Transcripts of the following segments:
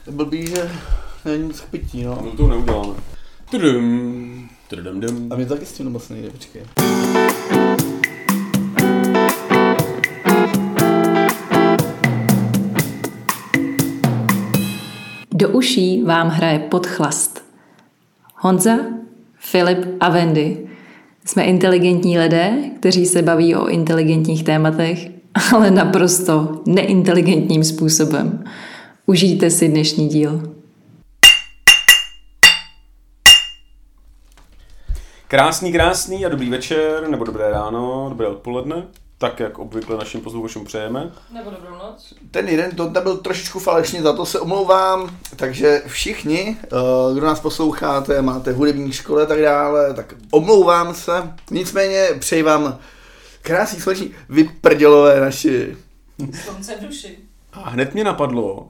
blbý, že není nic k pití, no. No to neuděláme. A mě taky s tím moc nejde, počkej. Do uší vám hraje Podchlast. Honza, Filip a Wendy. Jsme inteligentní lidé, kteří se baví o inteligentních tématech, ale naprosto neinteligentním způsobem. Užijte si dnešní díl. Krásný a dobrý večer, nebo dobré ráno, dobré odpoledne. Tak, jak obvykle našim posluchačům přejeme. Nebo dobrou noc. Ten jeden to byl trošičku falešný, za to se omlouvám. Takže všichni, kdo nás posloucháte, máte hudební škole a tak dále, tak omlouvám se. Nicméně přeji vám krásný sluneční vyprdělové naši. Slunce v duši. A hned mě napadlo,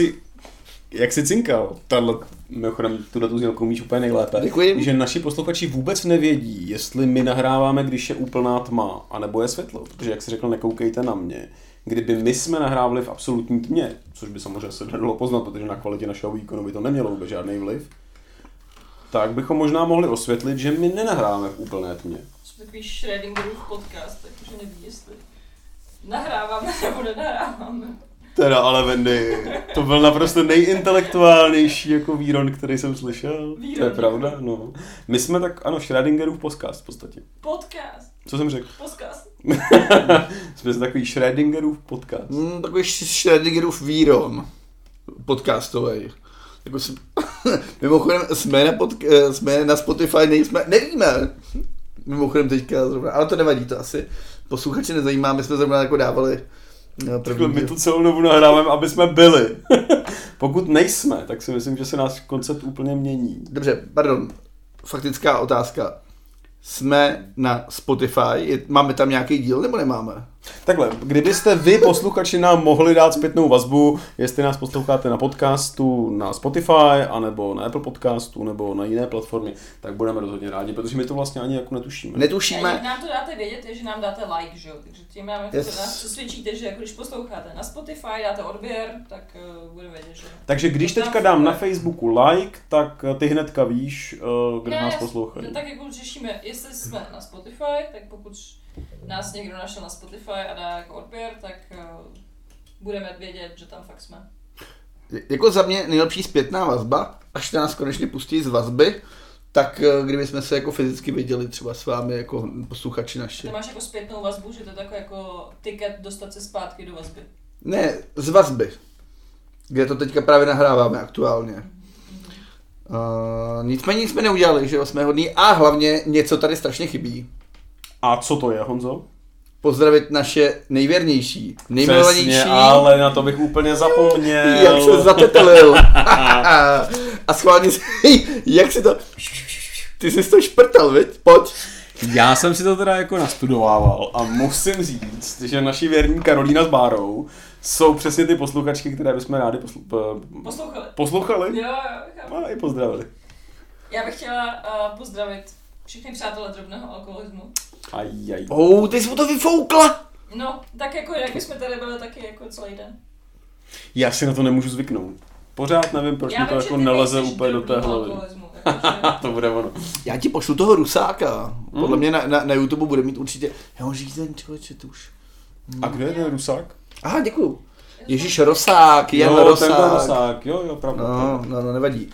jak jsi cinkal. Mimochodem, tu znělku umíš úplně nejlépe. Děkuji. Že naši posluchači vůbec nevědí, jestli my nahráváme, když je úplná tma, anebo je světlo. Protože, jak jsi řekl, nekoukejte na mě. Kdyby my jsme nahrávali v absolutní tmě, což by samozřejmě se nedalo poznat, protože na kvalitě našeho výkonu by to nemělo vůbec žádný vliv, tak bychom možná mohli osvětlit, že my nenahráváme v úplné tmě. Jsme takový Schrödingerův podcast, takže neví, jestli nahráváme nebo nenahráváme. Teda ale Wendy, to byl naprosto nejintelektuálnější jako výron, který jsem slyšel. To je pravda, no. My jsme tak, ano, Schrödingerův podcast v podstatě. Podcast. Co jsem řekl? Podcast. Jsme takový Schrödingerův podcast. Takový Schrödingerův výron podcastovej. Jako mimochodem jsme na Spotify, nevíme. Mimochodem teďka zrovna, ale to nevadí, to asi posluchači nezajímá, my jsme zrovna jako dávali Takhle my tu celou dobu nahráváme, aby jsme byli. Pokud nejsme, tak si myslím, že se náš koncept úplně mění. Dobře, pardon, faktická otázka. Jsme na Spotify, máme tam nějaký díl nebo nemáme? Takhle, kdybyste vy, posluchači, nám mohli dát zpětnou vazbu, jestli nás posloucháte na podcastu na Spotify, anebo na Apple podcastu, nebo na jiné platformy, tak budeme rozhodně rádi, protože my to vlastně ani jako netušíme. Netušíme. Jak nám to dáte vědět, je, že nám dáte like, že jo? Takže tím nás přesvědčíte, že jako když posloucháte na Spotify, dáte odběr, tak budeme vědět, že... Takže když teďka dám na Facebooku like, tak ty hnedka víš, kdo nás poslouchají. Tak jako řešíme, jestli jsme na Spotify, tak pokud nás někdo našel na Spotify a dá jako odběr, tak budeme vědět, že tam fakt jsme. Jako za mě nejlepší zpětná vazba, až nás konečně pustí z vazby, tak kdyby jsme se jako fyzicky viděli třeba s vámi jako posluchači naši. Ty máš jako zpětnou vazbu, že to je takový jako tiket dostat se zpátky do vazby. Ne, z vazby, kde to teďka právě nahráváme aktuálně. Nicméně jsme neudělali, že jo, jsme hodní a hlavně něco tady strašně chybí. A co to je, Honzo? Pozdravit naše nejvěrnější, nejmilovanější. Přesně, ale na to bych úplně zapomněl. Jak se zatetelil. A schválně jak si to... Ty jsi to šprtal, viď? Pojď. Já jsem si to teda jako nastudovával a musím říct, že naši věrní Karolína s Bárou jsou přesně ty posluchačky, které bychom rádi poslouchali. Jo, A i pozdravili. Já bych chtěla pozdravit všechny přátelé drobného alkoholismu. Ajaj. Ty jsi mu to vyfoukla. No, tak jako jak jsme tady byli taky jako celý den. Já si na to nemůžu zvyknout. Pořád nevím, proč mi to jako neleze úplně do té hlavy. To bude ono. Já ti pošlu toho Rusáka. Podle mě na YouTube bude mít určitě... Jo, řízen, člověče, to už... A kdo je ten Rusák? Aha, děkuju. Ježíš, Rosák, Jan Rosák. Jo, Rosák, jo, pravda. No, nevadí.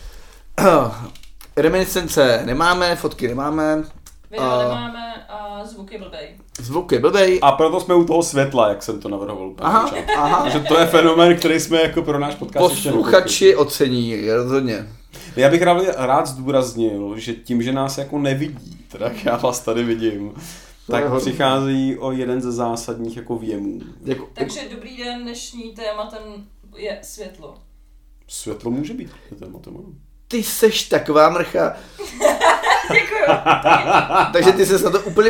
Reminiscence nemáme, fotky nemáme. Video nemáme a zvuky blbej. A proto jsme u toho světla, jak jsem to navrhoval. Aha. Takže to je fenomén, který jsme jako pro náš podcast ještě posluchači ocení, rozhodně. Já bych rád zdůraznil, že tím, že nás jako nevidí, tak já vás tady vidím, tak přichází o jeden ze zásadních jako věmů. Takže dobrý den, dnešní tématem je světlo. Světlo může být tématem. Ty seš taková mrcha. Děkuju. Takže ty ses na to úplně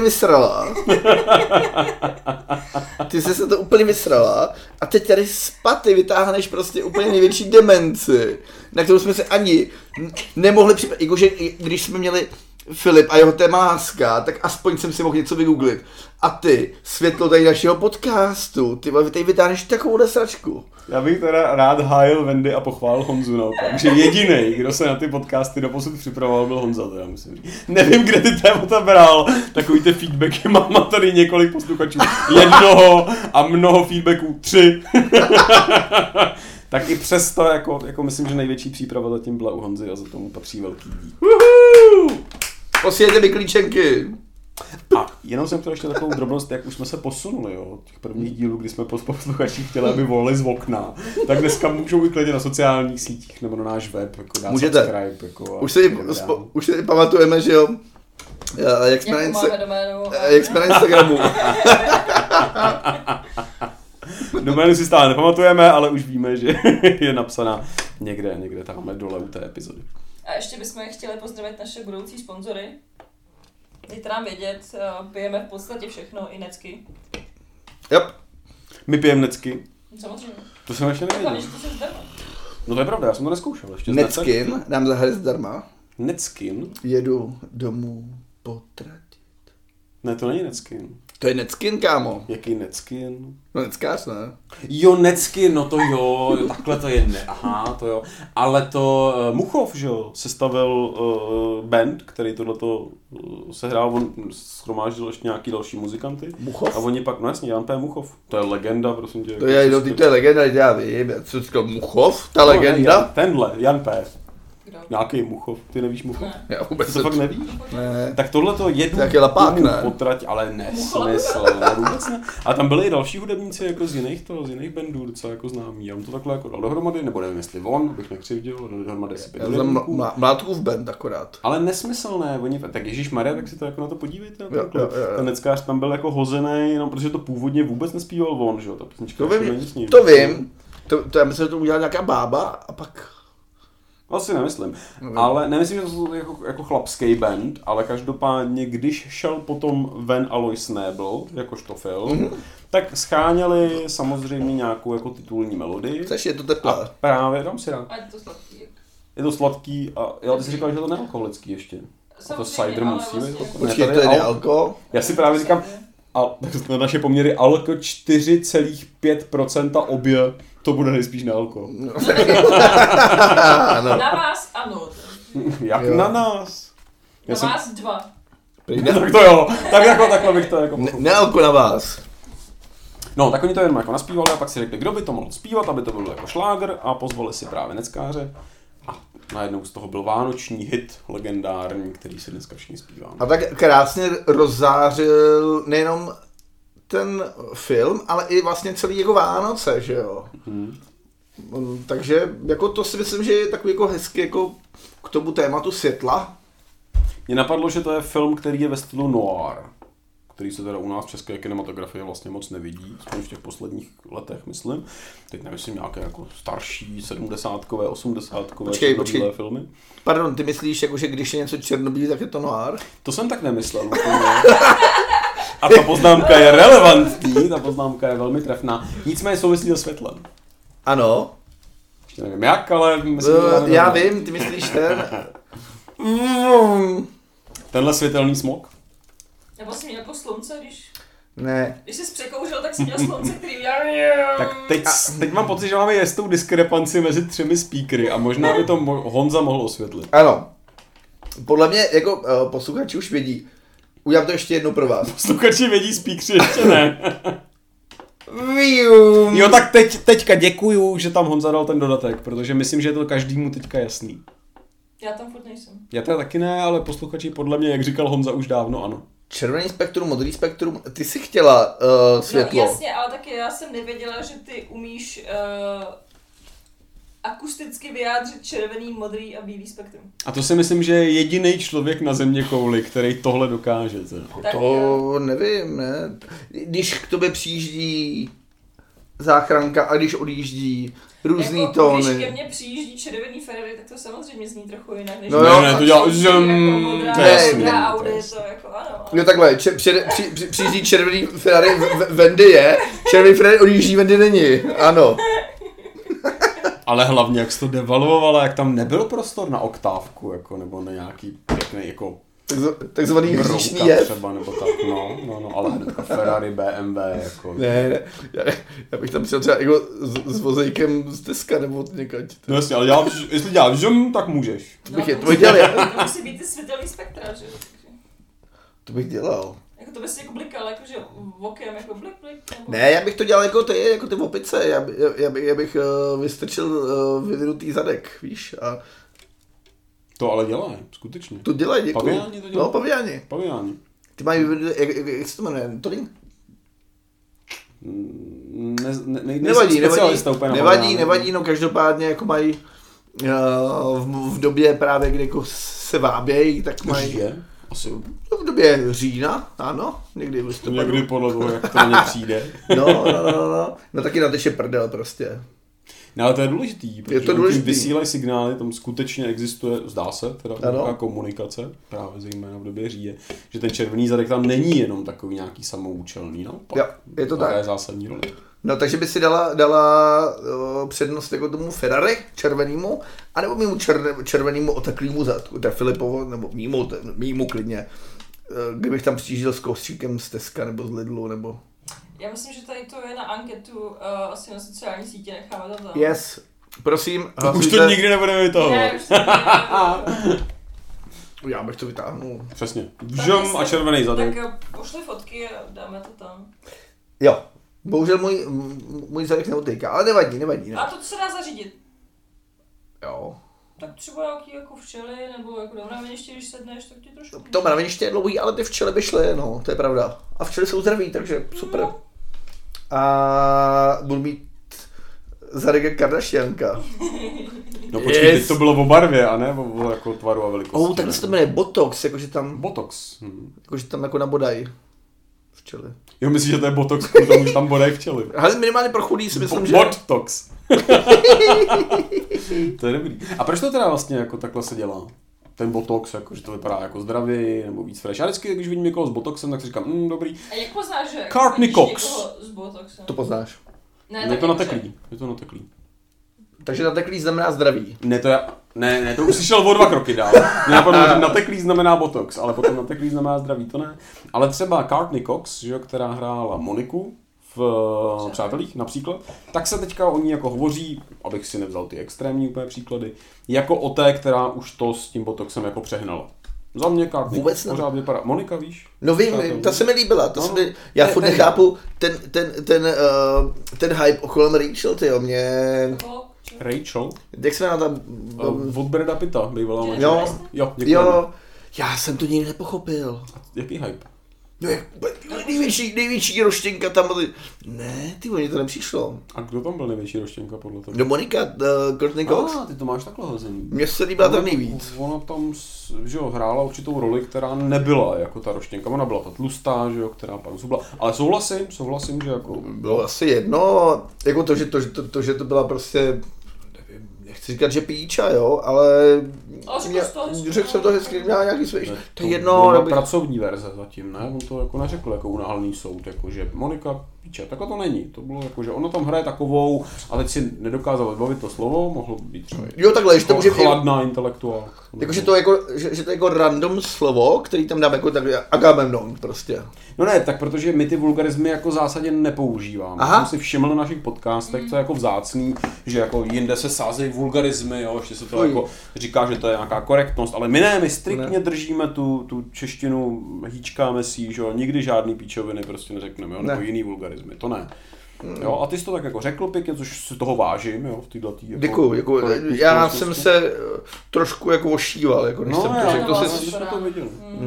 vysrala. A teď tady z paty vytáhneš prostě úplně největší demenci, na kterou jsme se ani nemohli připravit. Jakože když jsme měli Filip a jeho téma láska, tak aspoň jsem si mohl něco vygooglit. A ty, světlo tady našeho podcastu, ty vole, tady vytáhneš takovou sračku. Já bych teda rád hájil Wendy a pochválil Honzu naopak, že jedinej, kdo se na ty podcasty doposud připravoval, byl Honza, to já musím říct. Nevím, kde ty témata bral, takový ty feedbacky, mám tady několik posluchačů, jednoho a mnoho feedbacků, 3. Tak i přesto, jako myslím, že největší příprava zatím byla u Honzy a za tomu patří velký dík. Posílejte mi klíčenky. A jenom jsem chtěl ještě takovou drobnost, jak už jsme se posunuli, jo, těch prvních dílů, kdy jsme posluchači chtěli, aby volili z okna, tak dneska můžou i klidně na sociálních sítích nebo na náš web, jako dát můžete. Subscribe. Jako, už si pamatujeme, že jo, jak jsme na Instagramu. Doménu si stále nepamatujeme, ale už víme, že je napsaná někde tamhle dole u té epizody. A ještě bychom chtěli pozdravit naše budoucí sponzory. Dejte nám vědět, pijeme v podstatě všechno, i necky. Yep. My pijeme necky. Samozřejmě. To jsem ještě nevěděl. Hlavně, že to se zdarma. No to je pravda, já jsem to nezkoušel. Ještě Netskin nám zahraje zdarma. Netskin? Jedu domů potratit. Ne, to není Netskin. To je Netskin, kámo. Jaký Netskin? No Netskář, ne? Jo, Netskin, no to jo, takhle to je, ne, aha, to jo. Ale to Muchov, že jo, sestavil band, který tohleto sehrál, on shromáždil ještě nějaký další muzikanty. Muchov? A oni pak, no jasně, Jan P. Muchov, to je legenda, prosím tě. To je legenda, já vím, co říkal Muchov, ta legenda? Ne, tenhle, Jan P. Kdo? Nějaký Muchov, ty nevíš Muchov? Ne. Já vůbec To fakt nevíš? Ne. Tak tohleto jedu Tak je lapák, domů ne? potrať, ale nesmysl, ne, vůbec ne. A tam byli i další hudebníci jako z jiných bandů, docela jako známí. Já mu to takhle jako dal dohromady, nebo nevím, jestli on, bych nekřivdil, dal dohromady asi 5 Já znám hudebníků. Mládkův band akorát. Ale nesmyslné, oni, tak ježišmarja, tak si to jako na to podívejte. Jo. Ten Neckář tam byl jako hozený, jenom protože to původně vůbec nespíval on, že jo, ta písnička To ještě vím, není s ním. to vím. To já myslím, že to udělala nějaká bába a pak... Asi nemyslím, ale nemyslím, že to jako chlapský band, ale každopádně, když šel potom ven Alois Nebel, jakožto film, tak scháněli samozřejmě nějakou jako titulní melodii. Chceš, je to teplé. A právě, dám si rád. A je to sladký. Je to sladký a jo, ty jsi říkal, že to nealkoholický ještě. A to Samozřejmě, cider ale musí být. vlastně- Počkej, to je nealko. Já si právě říkám, na naše poměry alko 4,5% obě, to bude nejspíš nealko. Ano. Na vás ano. Jak Jo. na nás? Na vás 2. Tak to jo, tak jako takhle bych to jako Nealko na vás. No, tak oni to jenom jako naspívali a pak si řekli, kdo by to mohl zpívat, aby to byl jako šláger a pozvali si právě Neckáře. A najednou z toho byl vánoční hit legendární, který si dneska všichni zpíváme. A tak krásně rozzářil nejenom ten film, ale i vlastně celý jako Vánoce, že jo. Takže jako to si myslím, že je takový jako hezky jako k tomu tématu světla. Mně napadlo, že to je film, který je ve stylu noir, který se teda u nás v české kinematografii vlastně moc nevidí, aspoň v těch posledních letech, myslím. Teď nemyslím nějaké jako starší 70kové, 80kové černobílé filmy. Pardon, ty myslíš, jako, že když je něco černobílý, tak je to noir? To jsem tak nemyslel. A ta poznámka je relevantní, ta poznámka je velmi trefná. Nicméně souvislí se světlem. Ano. Ještě nevím jak, ale myslím, že já vím, ty myslíš ten. Tenhle světelný smog. Nebo jsi měl jako slunce, Ne. když jsi překouřil, tak jsi měl slunce, který Tak teď mám pocit, že máme jistou diskrepanci mezi 3 speakery a možná by to Honza mohl osvětlit. Ano. Podle mě, jako posluchači už vědí. Udělám to ještě jednou pro vás. Posluchači vědí, speakeři ještě ne. Vium. Jo, tak teďka děkuju, že tam Honza dal ten dodatek, protože myslím, že je to každému teďka jasný. Já tam furt nejsem. Já teda taky ne, ale posluchači podle mě, jak říkal Honza, už dávno ano. Červený spektrum, modrý spektrum, ty jsi chtěla světlo. No, jasně, ale taky já jsem nevěděla, že ty umíš akusticky vyjádřit červený, modrý a bílý spektrum. A to si myslím, že je jediný člověk na zeměkouli, který tohle dokáže. Tak To nevím, ne? Když k tobě přijíždí záchranka a když odjíždí různý jako, tóny. Když ke mně přijíždí červený Ferrari, tak to samozřejmě zní trochu jinak, než No když jo, ne, to dělá- přijíždí jako modrá, to je jasný, modrá to Audi, je to jako ano. Jo takhle, přijíždí červený Ferrari, Wendy je, červený Ferrari odjíždí, Wendy není, ano. Ale hlavně, jak jsi to devalvovala, jak tam nebyl prostor na oktávku, jako, nebo na nějaký pěkný, jako... takzvaný Brouka říšný jev. třeba, nebo tak, no, ale hnedka Ferrari, BMW, jako. Ne, já bych tam přijel třeba jako s vozejkem z Teska nebo od někať. No jasně, ale jestli děláš žum, tak můžeš. To bych dělal já. To musí být ty světelný spektra, že jo? To bych dělal. Jako to bys jako blikal, jakože vokem, jako blik. Nebo... Ne, já bych to dělal jako ty opice, já bych vystrčil vyvinutý zadek, víš, a To ale dělají, skutečně. to dělají, děkuji. Paviáni to dělají? No, paviáni. Paviáni. Ty mají, jak se to jmenuje, Torin? Nevadí, no každopádně jako mají v době právě, kdy jako se vábějí, tak mají... Asi. V době října, ano, někdy v listopadu. Někdy podle toho, jak to na ně přijde. No taky nateče prdel prostě. No ale to je důležitý, protože to důležitý. Tím vysílají signály, tam skutečně existuje, zdá se, teda nějaká komunikace, právě zejména v době říje, že ten červený zadek tam není jenom takový nějaký samoučelný, no. Jo, je to tak. To je zásadní roli. No takže by si dala přednost jako tomu Ferrari červenému, anebo mému červenému oteklýmu zadku, teda Filipovo, nebo mýmu klidně, kdybych tam přijížděl s kousíkem z Teska nebo z Lidlu, nebo... Já myslím, že tady to je na anketu, asi na sociální sítě, necháme to tam. Yes, prosím, Už to nikdy nebudeme vytahovat. Ne, už to Já bych to vytáhnul. Přesně. Žom a červený zadek. Tak pošli fotky a dáme to tam. Jo, bohužel můj zadek neotýká, ale nevadí. A to se dá zařídit. Jo. Tak třeba nějaký jako včely, nebo jako do mraveniště, když sedneš, tak ti trošku... To mraveniště je dlouhý, ale ty včely by šly, no, to je pravda. A včely jsou zdraví, takže super. No. A budu mít zadek jak Kardashianka. No počkej, teď to bylo o barvě, a ne o jako tvaru a velikosti. Takhle se to jmenuje Botox, jakože tam... Botox. Jakože tam jako nabodají včely. Jo, myslíš, že to je Botox, kvůli tomu, že tam bodají včely. Ale minimálně pro chudý si myslím, že... Botox. To je dobrý. A proč to teda vlastně jako takhle se dělá? Ten botox, jako, že to vypadá jako zdravý nebo víc fresh. Já vždycky, když vidím někoho s botoxem, tak si říkám, dobrý. A jak poznáš, že Courtney Cox. s botoxem? To poznáš. Ne, Je to nateklý. Takže nateklý znamená zdravý. Ne, to už jsi šel o 2 kroky dál. Mě napadlo, že nateklý znamená botox, ale potom nateklý znamená zdravý, to ne. Ale třeba Courtney Cox, že, která hrála Moniku v Přátelích například, tak se teďka o ní jako hovoří, abych si nevzal ty extrémní úplně příklady, jako o té, která už to s tím botoxem jako přehnala. Za mě Courtney Cox pořád vypadá. Monika, víš? No vím, ta se mi líbila. Já furt nechápu ten hype okolo Rachel, tyjo, mě... Rachel? Jak se jmenuje Od Brada Pitta, bývalá manželka. Jo, děkuji. Jo, já jsem to nikdy nepochopil. Jaký hype? No jak, největší roštěnka tam byly. Ne, ty oni to nepřišlo. A kdo tam byl největší roštěnka podle toho? No Monika, Courtney Cox. Ty to máš takhle hozený. Mně se líbila tam nejvíc. Ona tam, že jo, hrála určitou roli, která nebyla jako ta roštěnka. Ona byla ta tlustá, že jo, která pak zubla. Ale souhlasím, že jako... Bylo asi jedno, jako že to byla prostě... Nechci říkat, že píča, jo, ale řekl jsem to hezky, měla nějaký svůj, to je jedno. Byla pracovní verze zatím, ne? On to jako neřekl jako unáhlný soud, jako že Monika píča, takhle to není. To bylo jako, že ona tam hraje takovou, a teď si nedokázala vybavit to slovo, mohlo být třeba jo, takhle, že to může chladná intelektuálka. Jakože to jako, že to je jako random slovo, který tam dáme jako takhle Agamemnon prostě. No ne, tak protože my ty vulgarizmy jako zásadě nepoužíváme. Jsem si všiml na našich podcastech, co je jako vzácný, že jako jinde se sázejí vulgarizmy, jo, ještě se to jako říká, že to je nějaká korektnost, ale my ne, my striktně držíme tu češtinu, hýčkáme si ji, že jo, nikdy žádný píčoviny prostě neřekneme, jo, nebo jiný vulgarizmy, to ne. Jo, a ty jsi to tak jako řekl pěkně, což si toho vážím, jo, v této jako... Děkuju. Já jsem se trošku jako ošíval, jako když jsem to řekl, to viděl.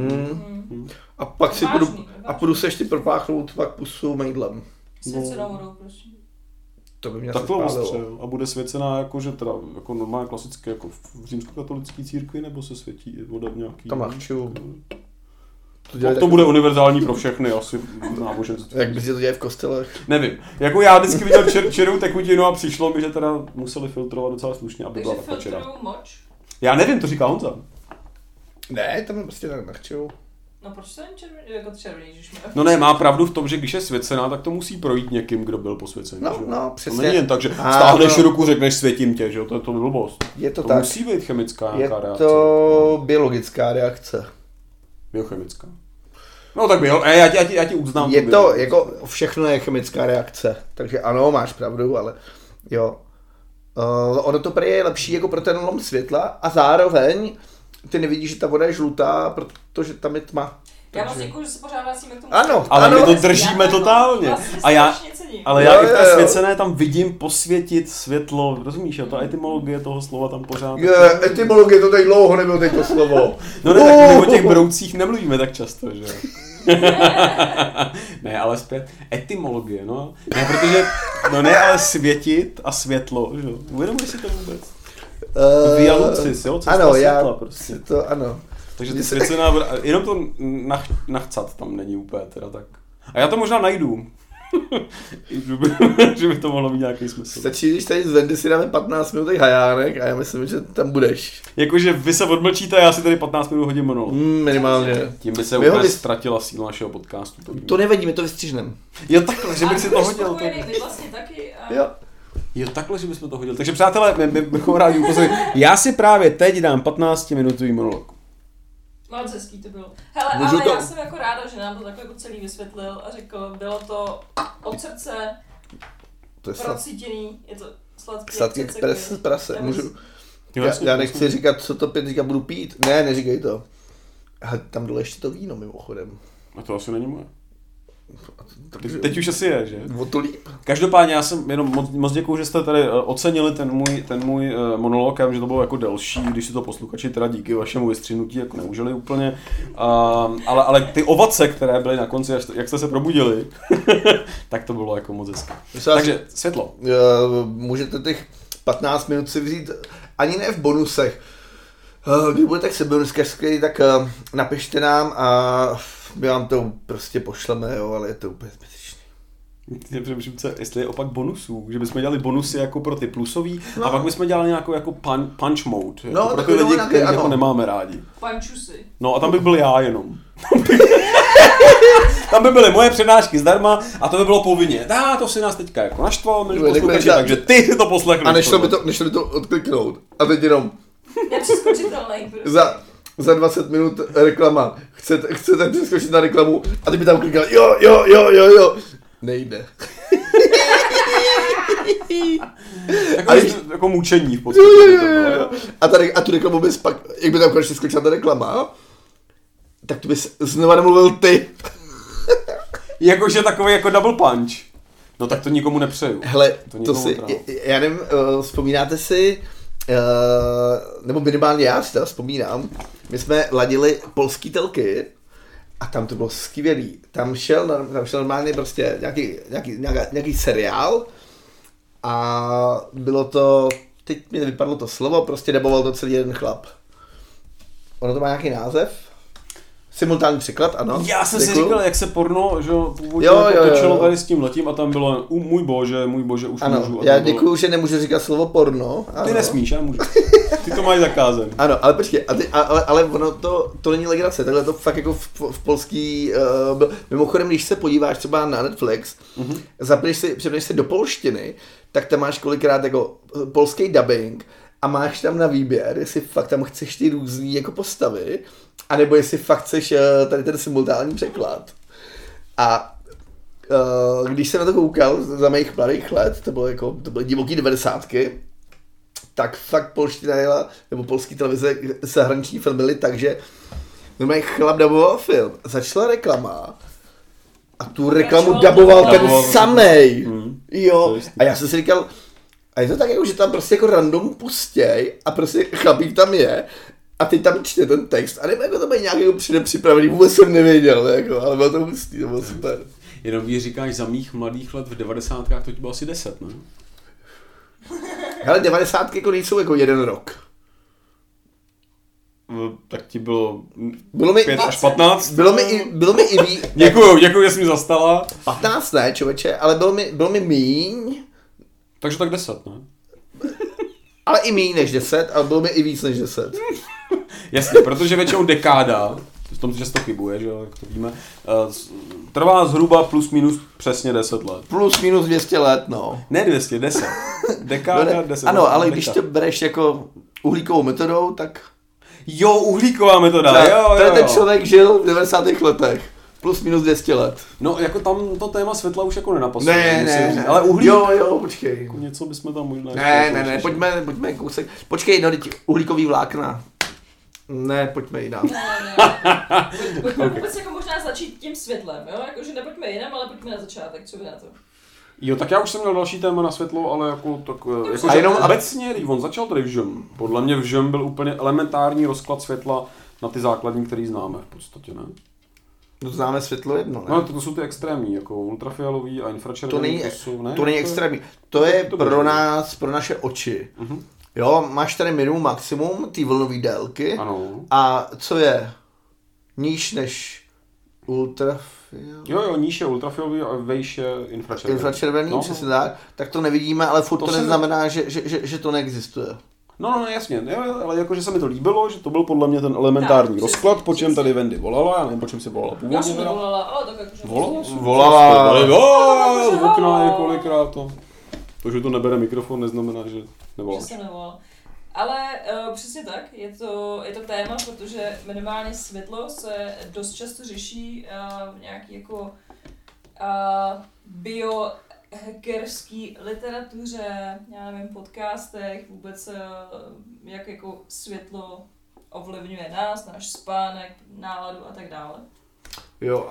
A pak si půjdu se ještě propáchnout pak pusu mejdlem. Svěcenou vodou, prosím. To by mě takhle ostře, a bude svěcená jako, že teda, jako normálně klasicky jako v římskokatolické církvi, nebo se světí voda nějaký... Tam achču. To bude univerzální pro všechny, asi náboženství. Jak by si to děje v kostelech? Nevím. Jako já vždycky viděl černou tekutinu a přišlo mi, že teda museli filtrovat docela slušně, aby byla taková černá. Takže filtrují moč? Já nevím, to říká Honza. Ne, tam prostě tak nechču. No proč to není červený, No ne, má pravdu v tom, že když je svěcená, tak to musí projít někým, kdo byl posvěcený. No, přesně. To není jen tak, že stáhneš ruku, řekneš světím tě, že jo, to je to blbost. Je to tak. Musí být chemická nějaká reakce. Je to biologická reakce. Biochemická. No tak já ti uznám. Je to, jako všechno je chemická reakce, takže ano, máš pravdu, ale jo. Ono to prý je lepší jako pro ten lom světla a zároveň ty nevidíš, že ta voda je žlutá, protože tam je tma. Já moc děkuju, že se pořád vracíme k tomu. Ano, ale ano. my to držíme totálně. Vlastně A já, strašně cením. ale já i v té Jo. svěcené tam vidím posvětit světlo, rozumíš, jo, ta etymologie toho slova tam pořád. Etymologie, to tady dlouho nebylo teď to slovo. No ne, tak my o těch broucích nemluvíme tak často, že jo. Ne, ale zpět, etymologie, no. Ne, protože, no ne, ale světit a světlo, že jo. Uvědomuješ si to vůbec? Via Lucis, jo, cesta ano, světla prostě. To ano. Takže ty svěcená voda, jenom to nachcat tam není úplně teda tak. A já to možná najdu. že by to mohlo mít nějaký smysl. Stačí, když tady z Vendy si dáme 15 minut hajánek a já myslím, že tam budeš. Jakože vy se odmlčíte a já si tady 15 minut hodím monolog. Minimálně. Tím by se My ho úplně vys- ztratila síla našeho podcastu. To nevadí, my to vystřižneme. Jo takhle, že bych si to hodil. Vy vlastně taky. A... Jo. Jo takhle, že bychom to hodili. Takže přátelé, my bychom rádi upozornili. Já si právě teď dám 15-minutový monolog. Moc hezký to bylo. Hele, Můžu ale to- já jsem jako ráda, že nám to takhle jako celý vysvětlil a řekl, bylo to od srdce, To je procítěný, je to sladký. sladký jak přece prase. Já Můžu, Jo, já nechci říkat, co to teďka budu pít. Ne, neříkej to. Hele, tam dole ještě to víno mimochodem. A to asi není moje. Takže Teď už asi je, že? o to líp. Každopádně já jsem jenom moc děkuju, že jste tady ocenili ten můj monolog, já vím, že to bylo jako delší, když si to posluchači teda díky vašemu vystřihnutí jako neužili úplně, ale ty ovace, které byly na konci, jak jste se probudili, tak to bylo jako moc hezké. Takže světlo. Můžete těch 15 minut si vzít ani ne v bonusech. Když budete sebeuniskařský, tak napište nám a my vám to prostě pošleme, jo, ale je to úplně zbytečný. Já přemýšlím, jestli je opak bonusů, že bychom dělali bonusy jako pro ty plusový, a pak bychom dělali nějakou jako punch mode, jako pro ty lidi, kteří jako nemáme rádi. Pančusy. No a tam bych byl já jenom. Tam by byly moje přednášky zdarma a to by bylo povinně. To si nás teďka jako naštval, milí posluchači, takže ty si to poslechneš. A nešlo by to odkliknout. A teď jenom Nepřeskočitelný. za 20 minut reklama. Chcete přeskočit na reklamu a ty by tam klikal jo. Nejde. Jako mučení v podstatě. Jo. A tu reklamu bys pak, jak by tam konečně skočila ta reklama, tak tu bys znova nemluvil ty. Jakože takový jako double punch. No tak to nikomu nepřeju. Hele, to nikomu si, trává. já nevím, vzpomínáte si, nebo minimálně já si teda vzpomínám, my jsme ladili polský telky a tam to bylo skvělý. Tam šel normálně prostě nějaký seriál a bylo to, teď mi vypadlo to slovo, prostě daboval to celý jeden chlap. Ono to má nějaký název? Simultánní překlad, ano. Já jsem si Děkuju. říkal, jak se porno, že původně Jo. točilo tady s tím letím a tam bylo můj bože, už Ano, můžu. já děkuju, že nemůžu říkat slovo porno. Ano. Ty nesmíš, já můžu. Ty to máš zakázen. Ano, ale počkej, ale ono to není legrace, takhle to fakt jako v polský, mimochodem, když se podíváš třeba na Netflix, přepneš si do polštiny, tak tam máš kolikrát jako polský dubbing a máš tam na výběr, jestli fakt tam chceš ty různý jako postavy, anebo jestli fakt chceš tady ten simultánní překlad. A když jsem na to koukal za mých mladých let, to byly divoký 90ky, tak fakt polština jela, nebo polský televize zahraniční filmy byly tak, že normálně chlap daboval film, začala reklama a tu reklamu daboval ten samej. Jo, a já jsem si říkal, a je to tak jako, že tam prostě jako random pustěj a prostě chlapík tam je a teď tam čte ten text a nebo jako to mají nějak jako předem připravený, vůbec jsem nevěděl, jako, ale bylo to hustý, to bylo super. Jenom když říkáš za mých mladých let v 90kách, to ti bylo asi 10, ne? Hele, 90 jako nejsou jako jeden rok. Tak ti bylo Bylo mi 5 až 15? Bylo mi i víc. Děkuju, že jsi mi zastala. 15 ne, člověče, ale bylo mi míň. Takže tak 10, ne? Ale i méně než 10, ale bylo mi i víc než 10. Jasně, protože většinou dekáda, v tom často chybuje, že jo, jak to víme, trvá zhruba plus minus přesně 10 let. Plus minus 200 let, no. Ne 200, 10. Dekáda, 10 Ano, let. ale když to bereš jako uhlíkovou metodou, tak... Jo, uhlíková metoda, Ten člověk žil v 90. letech. Plus minus 200 let. No, jako tam to téma světla už jako nenapasuje. Ne. Ale uhlík... Jo, počkej. Jako něco bychom tam možná... Ne, pojďme kousek. Počkej, no, teď uhlíkový vlákna. Ne, pojďme jinam. Ne. Pojďme vůbec jako možná začít tím světlem, jo? Jakože nepojďme jinam, ale pojďme na začátek, co vy na to? Jo, tak já už jsem měl další téma na světlo, ale jako tak... Jako, a jenom obecně, on začal tady vžem. Podle mě vžem byl úplně elementární rozklad světla na ty základní, který známe v podstatě, ne? To známe světlo jedno, ne? No, to jsou ty extrémní, jako ultrafialový a infračervený. To není extrémní. To je pro nás, pro naše oči. Uh-huh. Jo, máš tady minimum, maximum, ty vlnové délky. Ano. A co je níž než ultrafialový? Jo, níž je ultrafialový a vejš je infračervený. Infračervený, přesně tak to nevidíme, ale furt to neznamená, že to neexistuje. No, jasně, ale jakože se mi to líbilo, že to byl podle mě ten elementární rozklad, po čem tady Wendy volala, já nevím, po čem si volala původně. Já jsem volala, ale tak jakože... Volala. Z okna je kolikrát to. To, že to nebere mikrofon, neznamená, že nevolá. Že jsem nevolala. Ale přesně tak, je to téma, protože minimálně světlo se dost často řeší v nějaký jako biohackerský literatuře, já nevím, podcastech, vůbec jak jako světlo ovlivňuje nás, náš spánek, náladu a tak dále. Jo.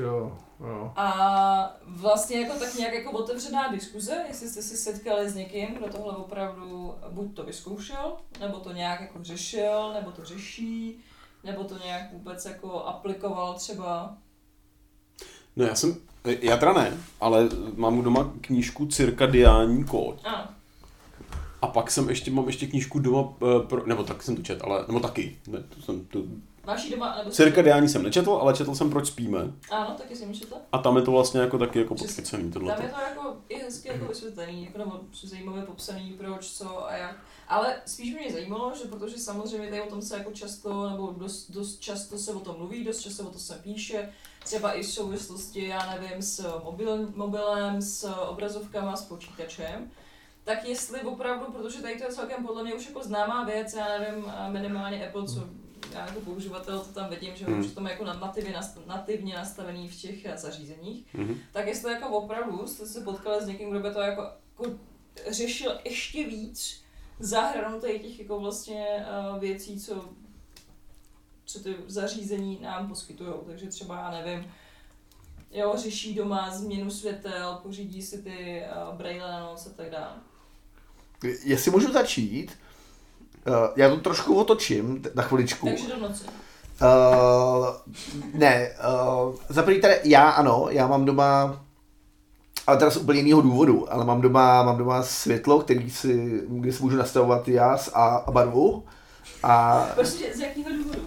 A vlastně jako tak nějak jako otevřená diskuze, jestli jste si setkali s někým, kdo tohle opravdu buď to vyzkoušel, nebo to nějak jako řešil, nebo to řeší, nebo to nějak vůbec jako aplikoval třeba. No já teda ne, ale mám doma knížku Cirkadiální kód. Ano. A pak mám ještě knížku doma, nebo tak jsem to četl, nebo taky. Ne, Máš ji doma, nebo... Cirkadiální jsem nečetl, ale četl jsem Proč spíme. Ano, taky jsem četl. A tam je to vlastně jako taky jako podchycený tohle. Tam je to jako i hezky jako vysvětlený, jako nebo zajímavě popsaný, proč, co a jak. Ale spíš mě zajímalo, že protože samozřejmě tady o tom se jako často, nebo dost často se o tom mluví, dost často o tom se píše, třeba i v souvislosti, já nevím, s mobilem, s obrazovkama, s počítačem. Tak jestli opravdu, protože tady to je celkem podle mě už jako známá věc, já nevím, minimálně Apple, co já jako použivatel to tam vidím, že už to má jako nativně nastavený v těch zařízeních, tak jestli jako opravdu jste se potkali s někým, kdo by to jako řešil ještě víc za hranu těch jako vlastně věcí, co ty zařízení nám poskytují, takže třeba já nevím, jo, řeší doma změnu světel, pořídí si ty brejle na noc a tak dále. Jestli můžu začít, já to trošku otočím na chviličku. Takže do noci. Za první tady já mám doma, ale teda z úplně jiného důvodu, ale mám doma světlo, kde si můžu nastavovat jas a barvu. Prostě z jakého důvodu?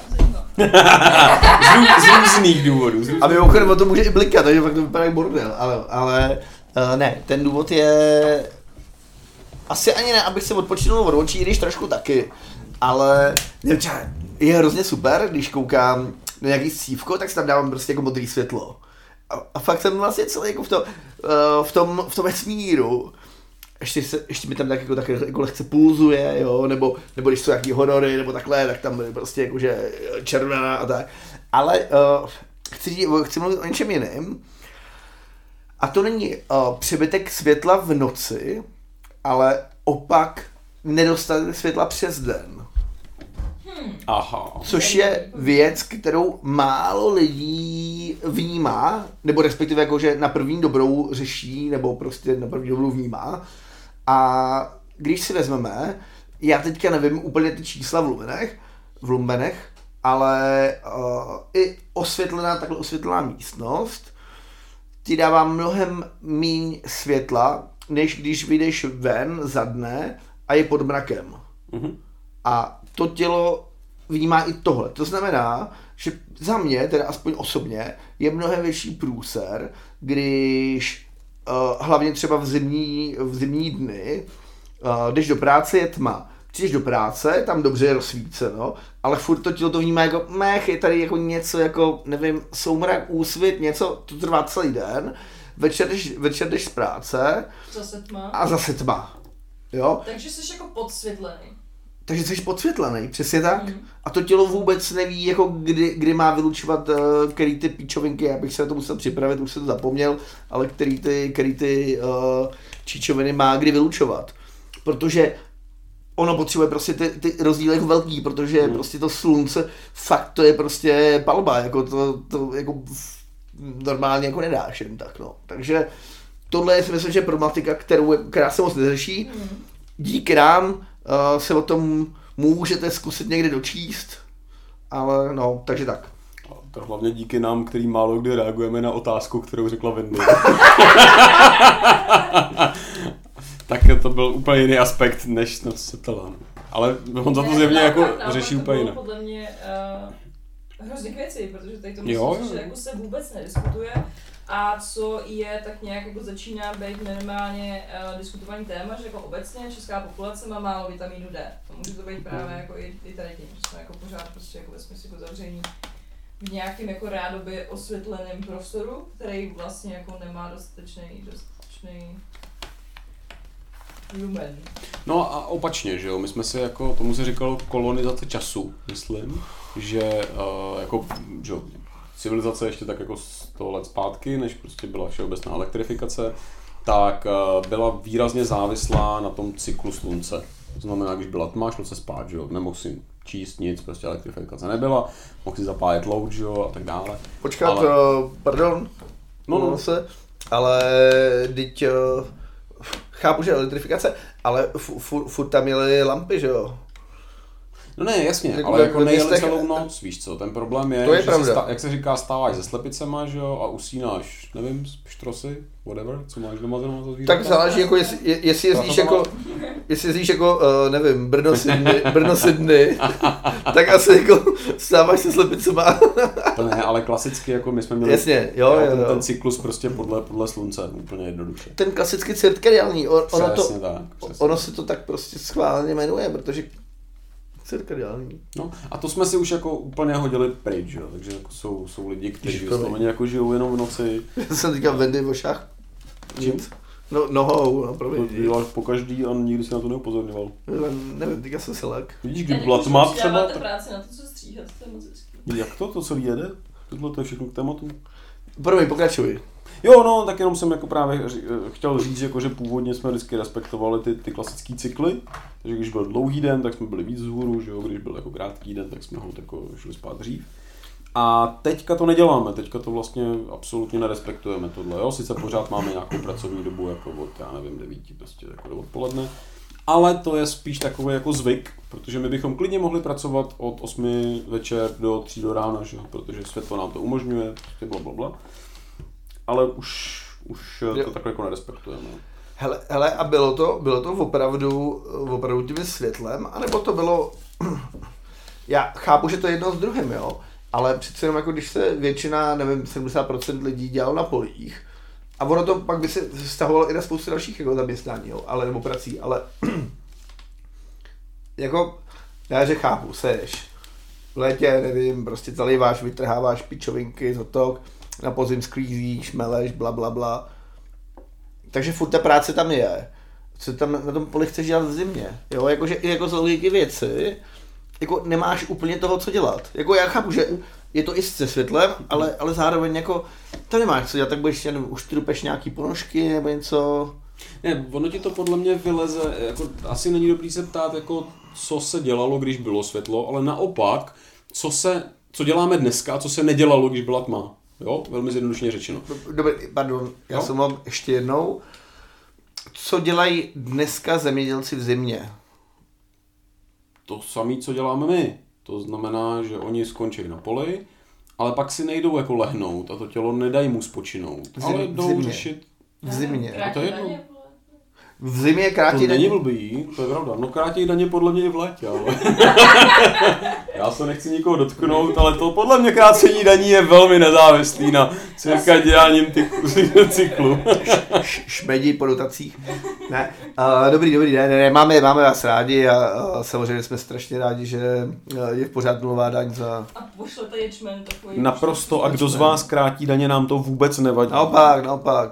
Z různých důvodů. A mimochodem o to může i blikat, takže fakt to vypadá jak bordel, ale ne, ten důvod je asi ani ne, abych se odpočinul od očí, když trošku taky, ale je hrozně super, když koukám na nějaký scívko, tak si tam dávám prostě jako modrý světlo. A fakt jsem vlastně celý jako v tom vesmíru. Ještě mi tam tak jako lehce pulzuje, jo, nebo když jsou nějaký horory, nebo takhle, tak tam prostě jakože červená a tak. Ale chci mluvit o něčem jiném. A to není přebytek světla v noci, ale opak nedostatek světla přes den. Aha. Což je věc, kterou málo lidí vnímá, nebo respektive jakože na první dobrou řeší, nebo prostě na první dobrou vnímá. A když si vezmeme, já teďka nevím úplně ty čísla v lumenech, ale i takhle osvětlená místnost ti dává mnohem míň světla, než když vyjdeš ven za dne a je pod mrakem. Mm-hmm. A to tělo vnímá i tohle. To znamená, že za mě, teda aspoň osobně, je mnohem větší průser, když hlavně třeba v zimní dny jdeš do práce, je tma. Přijdeš do práce, tam dobře je rozsvíceno, ale furt to tělo to vnímá jako je tady jako něco jako, nevím, soumrak, úsvit, něco, to trvá celý den. Večer jdeš z práce zase tma. A zase tma. Jo? Takže jsi jako podsvětlený. Takže jsi podsvětlený, přesně tak. A to tělo vůbec neví, jako kdy má vylučovat, který ty píčovinky, já bych se na to musel připravit, už jsem to zapomněl, ale který ty číčoviny má kdy vylučovat. Protože ono potřebuje prostě ty rozdíly jako velký, protože prostě to slunce, fakt to je prostě palba, jako to jako normálně jako nedáš jen tak, no. Takže tohle je si myslím, že problematika, která se moc neřeší. Díky nám se o tom můžete zkusit někdy dočíst, ale no, takže tak. To hlavně díky nám, který málo kdy reagujeme na otázku, kterou řekla Wendy. Tak to byl úplně jiný aspekt, než na co se ptala. Ale on za to zjevně jako řeší úplně jinak. Podle mě hrozně k věci, protože tady to myslím, že jako se vůbec nediskutuje. A co je tak nějak jako začíná být minimálně diskutovaný téma, že jako obecně česká populace má málo vitamínu D. To může to být právě jako i tady tím, že jsme jako pořád prostě jako ve smyslu jako zavření v nějakém jako rádoby osvětleném prostoru, který vlastně jako nemá dostatečný lumen. No a opačně, že jo, my jsme si jako, tomu se říkalo kolonizace času, myslím, že jako, že jo, civilizace ještě tak jako 100 let zpátky, než prostě byla všeobecná elektrifikace, tak byla výrazně závislá na tom cyklu slunce. To znamená, když byla tma, šlo se spát, že jo, nemohl si číst nic, prostě elektrifikace nebyla, mohl si zapájet loud, že jo, a tak dále. Počkat, pardon, no. Ale teď chápu, že elektrifikace, ale furt tam jeli lampy, že jo? No ne, jasně, ale jako nejeli celou noc, víš co, ten problém je, je že jak se říká, stáváš se slepicema, že jo, a usínáš, nevím, štrosy, whatever, co máš doma za zvířata. Tak záleží, jako jestli jezdíš jako, nevím, Brno Sydney, tak asi jako stáváš se slepicema. To ne, ale klasicky, jako my jsme měli jasně, ten cyklus prostě podle slunce, úplně jednoduše. Ten klasicky cirkadiální, ono se to tak prostě schválně jmenuje, protože cirkadiální. No a to jsme si už jako úplně hodili pryč, jo, takže jako jsou lidi, kteří vysloveně jako žijou jenom v noci. Já jsem říkal Wendy v ošách. No, nohou, no promiň. To děláš pokaždý a nikdy si na to neupozorňoval. Nevím, teďka jsem se lek. Vidíš, když byla tma třeba... Dáváte práci na to, co stříhat, to je moc hezký. Jak to celý jede? Tohle to je všechno k tématu. Promiň, pokračuj. Jo, no, tak jenom jsem jako právě chtěl říct, jako, že původně jsme vždycky respektovali ty klasické cykly, takže když byl dlouhý den, tak jsme byli víc vzhůru, že jo, když byl jako krátký den, tak jsme jako šli spát dřív. A teďka to neděláme, teďka to vlastně absolutně nerespektujeme tohle, jo, sice pořád máme nějakou pracovní dobu, jako od, já nevím, 9 prostě jako do odpoledne, ale to je spíš takový jako zvyk, protože my bychom klidně mohli pracovat od 8 večer do 3 do rána, že? Protože světlo nám to umožňuje, prostě blablabla. Ale už to takhle jako nerespektujeme. Hele, a bylo to opravdu tím světlem, anebo to bylo, já chápu, že to je jedno s druhým, jo, ale přece jenom jako když se většina, nevím, 70% lidí dělalo na polích, a ono to pak by se vztahovalo i na spoustu dalších jako zaměstnání, jo, ale nebo prací, ale jako, já že chápu, seš v létě, nevím, prostě zalíváš, vytrháváš pičovinky, zotok, na podzim sklízíš, meleš, bla. Takže furt ta práce tam je. Co tam na tom poli chceš dělat v zimě? Jo, jakože i jako z logiky věci, jako nemáš úplně toho, co dělat. Jako já chápu, že je to i se světlem, ale zároveň jako to nemáš co dělat, tak budeš, nevím, už trupeš nějaký ponožky nebo něco. Ne, ono ti to podle mě vyleze, jako asi není dobrý se ptát, jako co se dělalo, když bylo světlo, ale naopak, co děláme dneska, co se nedělalo, když byla tma. Jo, velmi zjednodušeně řečeno. Dobrý, pardon, já jsem mám ještě jednou. Co dělají dneska zemědělci v zimě? To samé, co děláme my. To znamená, že oni skončí na poli, ale pak si nejdou jako lehnout a to tělo nedají mu spočinout. Ale jdou řešit... V zimě. A to je jedno. V zimě krátí daně. To není blbý, to je pravda. No krátí daně podle mě i v létě, ale... Já se nechci nikoho dotknout, ale to podle mě krácení daní je velmi nezávislý na cirkadiálním cyklu. Šmedi po dotacích. Ne. Dobrý, ne, máme vás rádi a samozřejmě jsme strašně rádi, že je v pořád nulová daň za... A pošlete ječmen takový... Naprosto, a kdo z vás krátí daně, nám to vůbec nevadí. Naopak.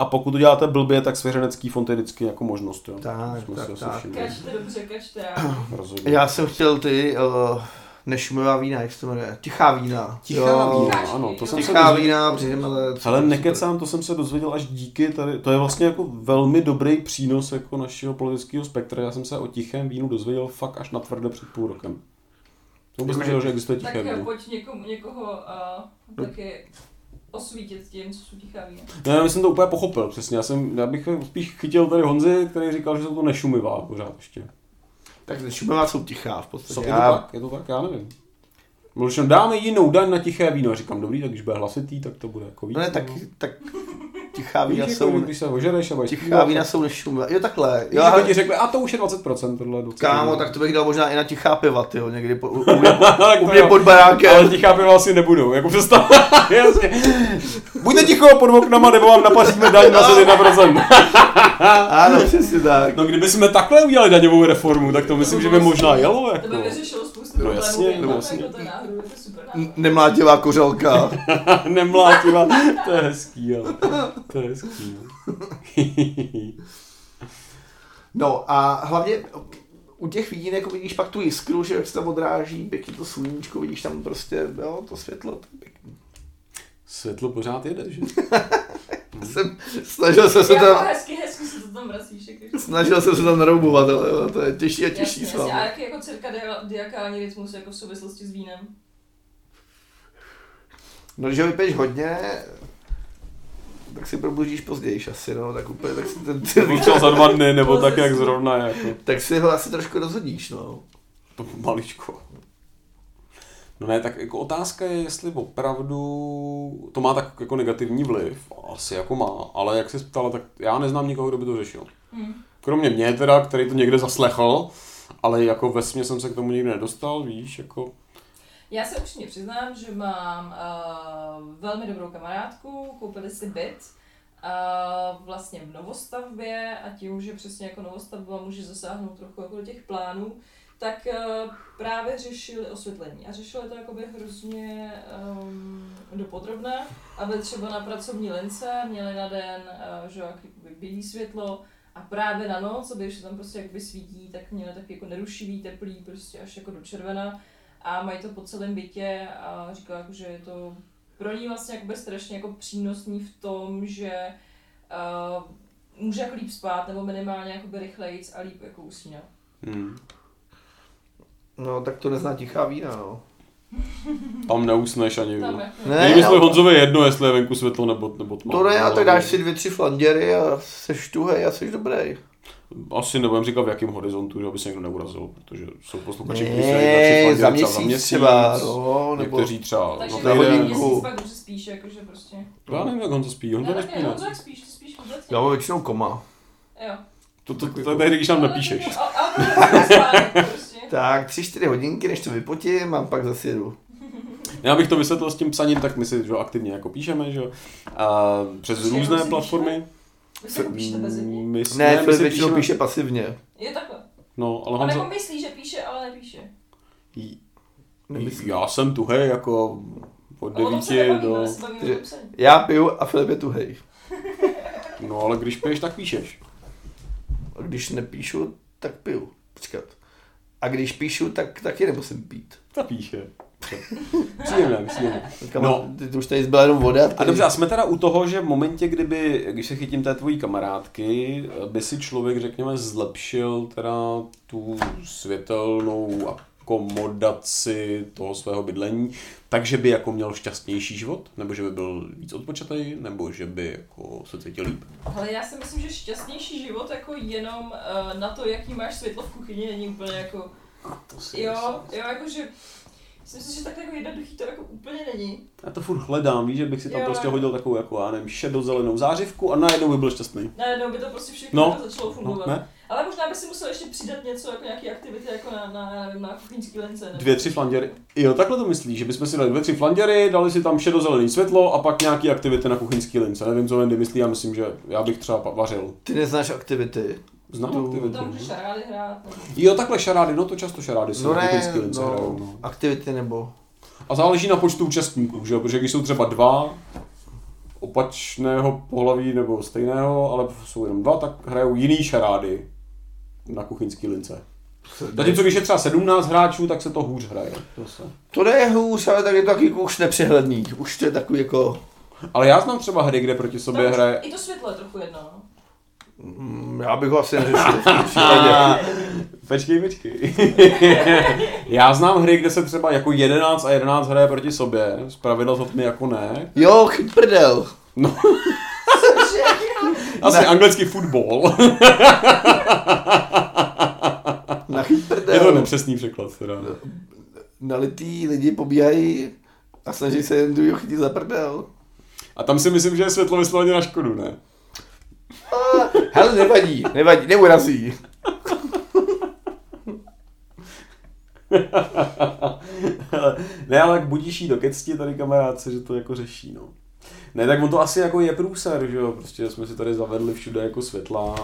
A pokud to děláte blbě, tak svěřenecký fond je vždycky jako možnost. Jo. Tak. Kačte dobře, kačte. Rozhodně. Já jsem chtěl ty nešumivá vína, jak se to jmenuje? Tichá vína. Tichá vína, ano. To jsem Tichá vína, břihemele. Ale nekecám, to jsem se dozvěděl až díky tady. To je vlastně jako velmi dobrý přínos jako našeho politického spektra. Já jsem se o tichém vínu dozvěděl fakt až natvrdo před půl rokem. To vůbec nevěděl, že existuje tiché víno. Tak pojď někoho taky osvítit tím, co jsou tichá vína. Já myslím to úplně pochopil, přesně. Já bych spíš chytil tady Honzi, který říkal, že jsou to nešumivá pořád ještě. Tak nešumivá jsou tichá v podstatě. Je to tak, já nevím. Možná dáme jinou daň na tiché víno. Říkám, dobrý, tak když bude hlasitý, tak to bude jako víc. No ne, tak tichá vína víš, jsou... Jako, když se ožereš a tichá vína jsou nešumivé. Jo, takhle. Jo, ti řekli, a to už je 20%, tohle je docela. Kámo, tak to bych dal možná i na tichá piva, tyjo, někdy u mě pod barákem. Ale tichá piva asi nebudou, jako představ. Jasně. Buďte ticho pod oknama, nebo vám napaříme daň 21%. Ano, přesně tak. No kdyby jsme takhle udělali daňovou reformu, tak to myslím, že by možná jelo. Jako. To by vyřešilo spoustu problémů. Jasně. Nemlátivá kořalka. Nemlátivá, to je hezký, ale to je hezký. No a hlavně u těch vín, jako vidíš pak tu jiskru, že jak se tam odráží, pěkně to sluníčko, vidíš tam prostě, jo, to světlo, to pěkný. Světlo pořád jede, že? Snažil jsem se tam... Hezky se to tam vracíš. Snažil jsem se tam naroubovat, ale to je těžší a těžší. Jasně. A jaký jako cirkadiální rytmus jako v souvislosti s vínem? No když ho vypiješ hodně, tak si probudíš později asi, no, tak úplně, tak si ten... Třeba za 2 dny, nebo tak jak zrovna, jako. Tak si ho asi trošku rozhodíš, no. To maličko. No ne, tak jako otázka je, jestli opravdu to má tak jako negativní vliv, asi jako má, ale jak jsi ptala, tak já neznám nikoho, kdo by to řešil. Kromě mě teda, který to někde zaslechl, ale jako vesmě jsem se k tomu nikdy nedostal, víš, jako... Já se upřímně přiznám, že mám velmi dobrou kamarádku, koupili si byt vlastně v novostavbě a tím, že přesně jako novostavba může zasáhnout trochu jako do těch plánů, tak právě řešili osvětlení a řešili to jakoby hrozně dopodrobna a byli třeba na pracovní lince, měli na den že bílé světlo a právě na noc, když se tam prostě jakoby svítí, tak měli taky jako nerušivý, teplý, prostě až jako do červena a mají to po celém bytě a říkala, jako, že je to pro ní vlastně jakoby strašně jako přínosný v tom, že může jako líp spát nebo minimálně jakoby rychlejc a líp jako usínat. No, tak to nezná tichá vína, no. Tam neusneš ani. Ne, jestli Honzovi je jedno, jestli je venku světlo nebo tma. To ne, a tak dáš si 2-3 flanděry a seš tuhej a seš dobrý. Asi nebudem říkat v jakém horizontu, že aby se někdo neurazil, protože jsou posluchači, kteří se za měsíc třeba, no, nebo někteří třeba za hodinku. Takže pak spíš, jakože prostě. Já nevím, jak Honzo spí, Honzo nespí, ne? Honzo jak spíš, ty spíš vůbec? Já mám většinou koma. Jo. To je tehdy, když nám napíšeš. Tak 3-4 hodinky, než to vypotím a pak zase jedu. Já bych to vysvětlil s tím psaním, tak my si že aktivně jako píšeme, že přes různé platformy. Ne, Filip většinou píše pasivně. Je takhle. No, ale Honzo... On jako myslí, že píše, ale nepíše. Já jsem tuhej jako od 9 do... Já piju a Filip je tuhej. No, ale když piješ, tak píšeš. A když nepíšu, tak piju. Počkat. A když píšu, tak taky nemusím pít. To píše. Příjemné. No, ty už tady zbyla jenom voda. A dobře, a jsme teda u toho, že v momentě, když se chytím té tvojí kamarádky, by si člověk, řekněme, zlepšil teda tu světelnou akomodaci toho svého bydlení, takže by jako měl šťastnější život? Nebo že by byl víc odpočatý? Nebo že by jako se cítil líp? Ale já si myslím, že šťastnější život jako jenom na to, jaký máš světlo v kuchyni, není úplně jako... To si jo, jakože... Myslím, že tak jako jednoduchý to jako úplně není. Já to furt hledám, víš, že bych si tam prostě hodil takovou jako, já nevím, šedozelenou zářivku a najednou by byl šťastný. Najednou by to prostě všechno začalo fungovat. Ne? Ale možná by si musel ještě přidat něco, jako nějaké aktivity jako na kuchyňský lince. 2-3 flanděry. Jo, takhle to myslíš, že bychom si dali 2-3 flanděry, dali si tam šedozelený světlo a pak nějaké aktivity na kuchyňský lince. Nevím, co Wendy myslí, já myslím, že já bych třeba vařil. Ty neznáš aktivity? Znám aktivity. Tam můžeš šarády hrát. Jo, takhle šarády, no to často šarády se na kuchyňský lince hrajou. No. Aktivity nebo... A záleží na počtu účastníků, že? Protože když jsou třeba 2, opačného pohlaví nebo stejného, ale jsou jenom 2, tak hrajou jiný šarády na kuchyňský lince. Zatímco když je třeba 17 hráčů, tak se to hůř hraje. To je hůř, ale tak je to taky už nepřehledný. Už to je takový jako... Ale já znám třeba hry, kde proti sobě hraje... I to světlo je trochu jedno, no. Já bych ho asi neřešil v tom případě. Počkej. Já znám hry, kde se třeba jako 11 a 11 hraje proti sobě. Zpravidla to tmy jako ne. Jo, chyt prdel. No. Asi anglický fotbal. Na chyt prdel. Je to nepřesný překlad teda. Nalitý lidi pobíhají a snaží se jen druhýho chytit za prdel. A tam si myslím, že je světlo vysloveně na škodu, ne? Hele, nevadí, neurazí. Ne, ale budíš jí do kecti tady kamarádce, že to jako řeší, no. Ne, tak on to asi jako je průser, že jo, prostě jsme si tady zavedli všude jako světla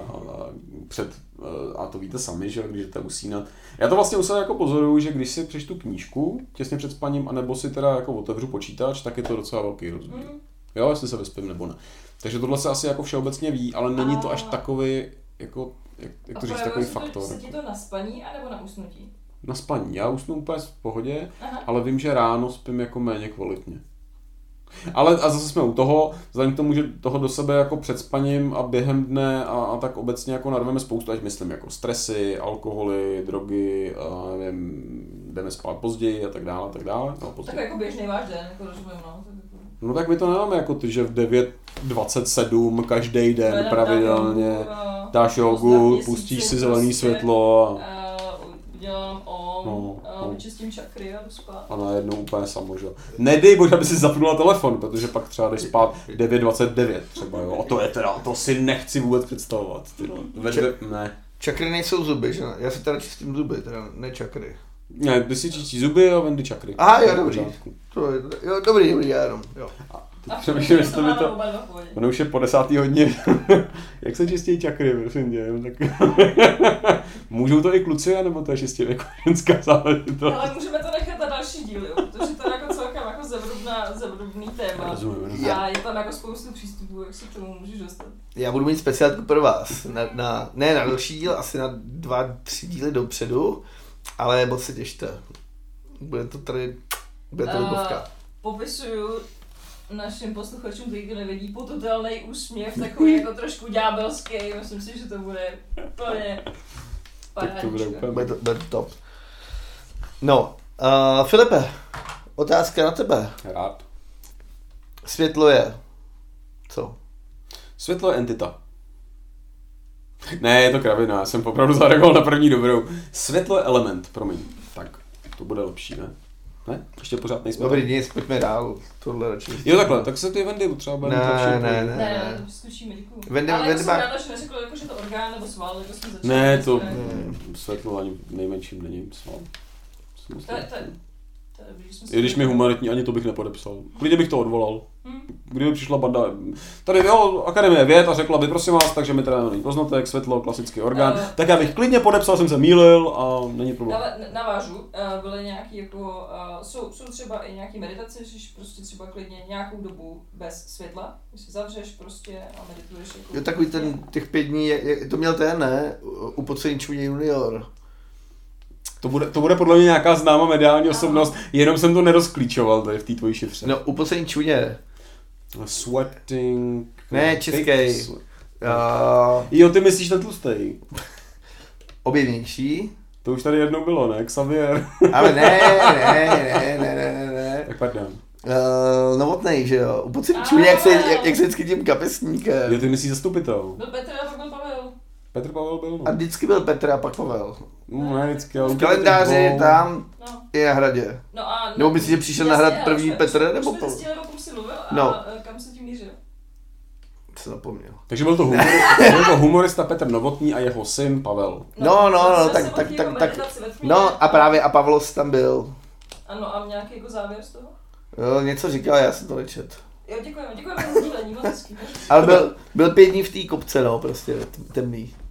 a to víte sami, že jo, když jdete usínat. Já to vlastně u sebe jako pozoruju, že když si přečtu knížku těsně před spaním, anebo si teda jako otevřu počítač, tak je to docela velký rozdíl. Jo, jestli se vyspím nebo ne. Takže tohle se asi jako všeobecně ví, ale není to až takový, jako, jak to říct, takový faktor. A ti to na spaní, anebo na usnutí? Na spaní. Já usnu úplně v pohodě, ale vím, že ráno spím jako méně kvalitně. Ale a zase jsme u toho, vzhledem k tomu, že toho do sebe jako před spaním a během dne a tak obecně jako narveme spoustu, ať myslím jako stresy, alkoholy, drogy, a nevím, jdeme spát později a tak dále, tak dále. No, tak jako běžný váš den, jako rozumím, no. No tak my to nemáme jako ty, že v 9:27 každý den pravidelně dáš jogu, pustíš si zelený světlo udělám vyčistím čakry a jdu spát. A najednou úplně samo, že? Nedej bože, aby si zapnula telefon, protože pak třeba jdeš spát 9:29 třeba, jo. A to je teda, to si nechci vůbec představovat. Ne. Čakry nejsou zuby, že? Já si teda čistím zuby, teda ne čakry. Ne, ty si čistí zuby a Wendy čakry. Aha, jo, dobrý. Jo, dobrý, já jenom, jo. A přemýšlím, jestli by to... Ono už je po 10. hodině. Jak se čistí čakry, prosím tě? Tak... Můžou to i kluci, anebo to je čistě jako ženská záležitost? Ale můžeme to nechat na další díl, jo, protože to je jako celkem jako zevrubný téma. Rozumím. A je tam jako spoustu přístupů, jak se k tomu můžeš dostat. Já budu mít speciálku pro vás. Ne na další díl, asi na 2-3 díly dopředu, ale moc se těšte. Bude to libovka. Popisuju našim posluchačům, kteří to nevědí, potutelný úsměv, takový jako trošku ďábelský, myslím si, že to bude úplně parádička. Bude to top. No, Filipe, otázka na tebe. Rád. Světlo je... Co? Světlo je entita. Ne, je to kravina, já jsem opravdu zareagoval na první dobrou. Světlo je element, promiň. Tak, to bude lepší, ne? Ne? Ještě pořád nejsme. Dobrý, nic, pojďme dál. Tohle radši. Jo, takhle, tak se ty Wendy třeba bude lepší. Ne, to zkusíme, děkuju. Ale jako jsem ráda, že neřekl, jako, že to orgán nebo sval, jako jsme začali. Ne, to světlo ani nejmenším není sval. I když mi humanitní, ani to bych nepodepsal. Klidně bych to odvolal. Kdyby přišla banda, tady jo, Akademie věd a řekla by prosím vás, takže mi teda není poznatek, světlo, klasický orgán, tak já bych klidně podepsal, jsem se mýlil a není problém. Ale navážu, byly nějaký jako, jsou třeba i nějaký meditace, že prostě třeba klidně nějakou dobu bez světla, když se zavřeš prostě a medituješ jako... Jo, takový těch 5 dní, to měl ten, ne? Upocení Čuně junior. To bude podle mě nějaká známá mediální osobnost, jenom jsem to nerozklíčoval tady v té tvojí šifře. No, upocení Čuně. Sweating... Ne, českej. Jo, ty myslíš ten tlustej. Objevnější. To už tady jednou bylo, ne? Xavier. Ale ne. Tak pardon. Novotnej, že jo? Upocení Čuně, jak se vždycky tím kapesníkem. Jo, ty myslíš zastupitel. Byl Petr a pak byl Pavel. Petr Pavel byl, no. A vždycky byl Petr a pak Pavel. No, ne, vždycky. V kalendáři tam i na hradě. No a... Nebo myslíš, že přišel na hrad první Petr, nebo Pavel? Už jsme zjistili, o kom jsi mluvil a kam se tím mířil? Co zapomněl. Takže byl to humorista Petr Novotný a jeho syn Pavel. No, tak. No a právě a Pavlos tam byl. Ano, a nějaký jako závěr z toho? Jo, něco říkal, já jsem to nečet. Jo, děkujeme za sdílení, moc hezký. Ale byl 5 dní v té kopce, no, prostě temný.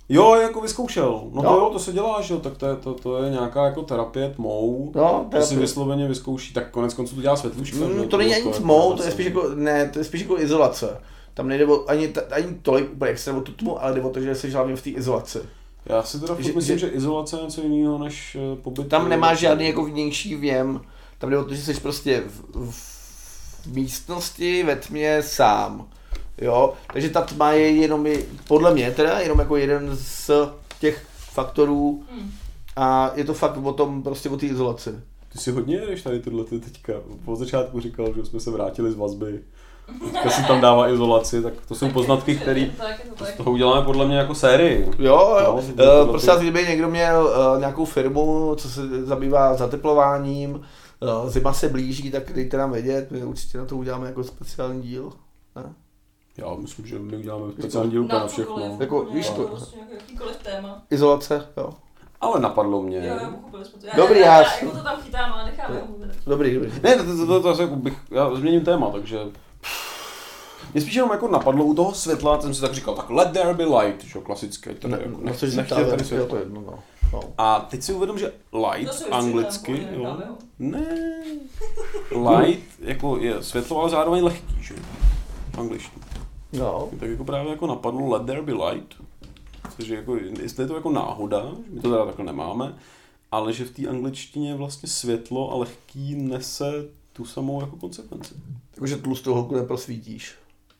Jo, jako vyzkoušel. No Jo. to jo, to se dělá, že jo, tak to je nějaká jako terapie tmou. No, To si vysloveně vyzkouší, tak konec konců to dělá světluška. to není ani tmou, to je spíš jako, ne, to je spíš jako izolace. Tam nejde ani tolik úplně extra o tu tmu, ale jde o to, že jsi hlavně v té izolaci. Já si teda myslím, že izolace je něco jiného než pobyt. Tam nemáš žádný jako vnější věm, tam jde o to, že jsi prostě v místnosti ve tmě sám. Jo, takže ta tma je jenom, podle mě teda, jenom jako jeden z těch faktorů a je to fakt o tom, prostě o té izolaci. Ty si hodně jedeš tady tohle teďka. Po začátku říkal, že jsme se vrátili z vazby. Teďka si tam dává izolaci, tak to jsou poznatky, které z toho uděláme podle mě jako sérii. Jo, prostě kdyby někdo měl nějakou firmu, co se zabývá zateplováním, zima se blíží, tak dejte nám vědět, my určitě na to uděláme jako speciální díl. Ne? Já myslím, že my uděláme speciální díl na všechno. Jako, víš to? Prostě jakýkoliv téma. Izolace, jo. Ale napadlo mě. Jo, pochopili jsme to. Dobrý, já já- jako to tam chytám, ale necháme ho mluvit. Dobrý. Ne, to jako bych, já změním téma, takže... Mě spíš jenom jako napadlo u toho světla, jsem si tak říkal, tak let there be light, že jo, klasické. Tady jako nechtěl tady světlo. No. A teď si uvědom, že light To si anglicky, vyčítám, jo, necháme ho. ne, light jako je světlo, ale zároveň lehký, že jo, v angličtině. No. Tak jako právě jako napadlo let there be light, což je jako, jestli je to jako náhoda, že my to teda takhle nemáme, ale že v té angličtině je vlastně světlo a lehký nese tu samou jako konsekvenci. Takže tlustou holku neprosvítíš.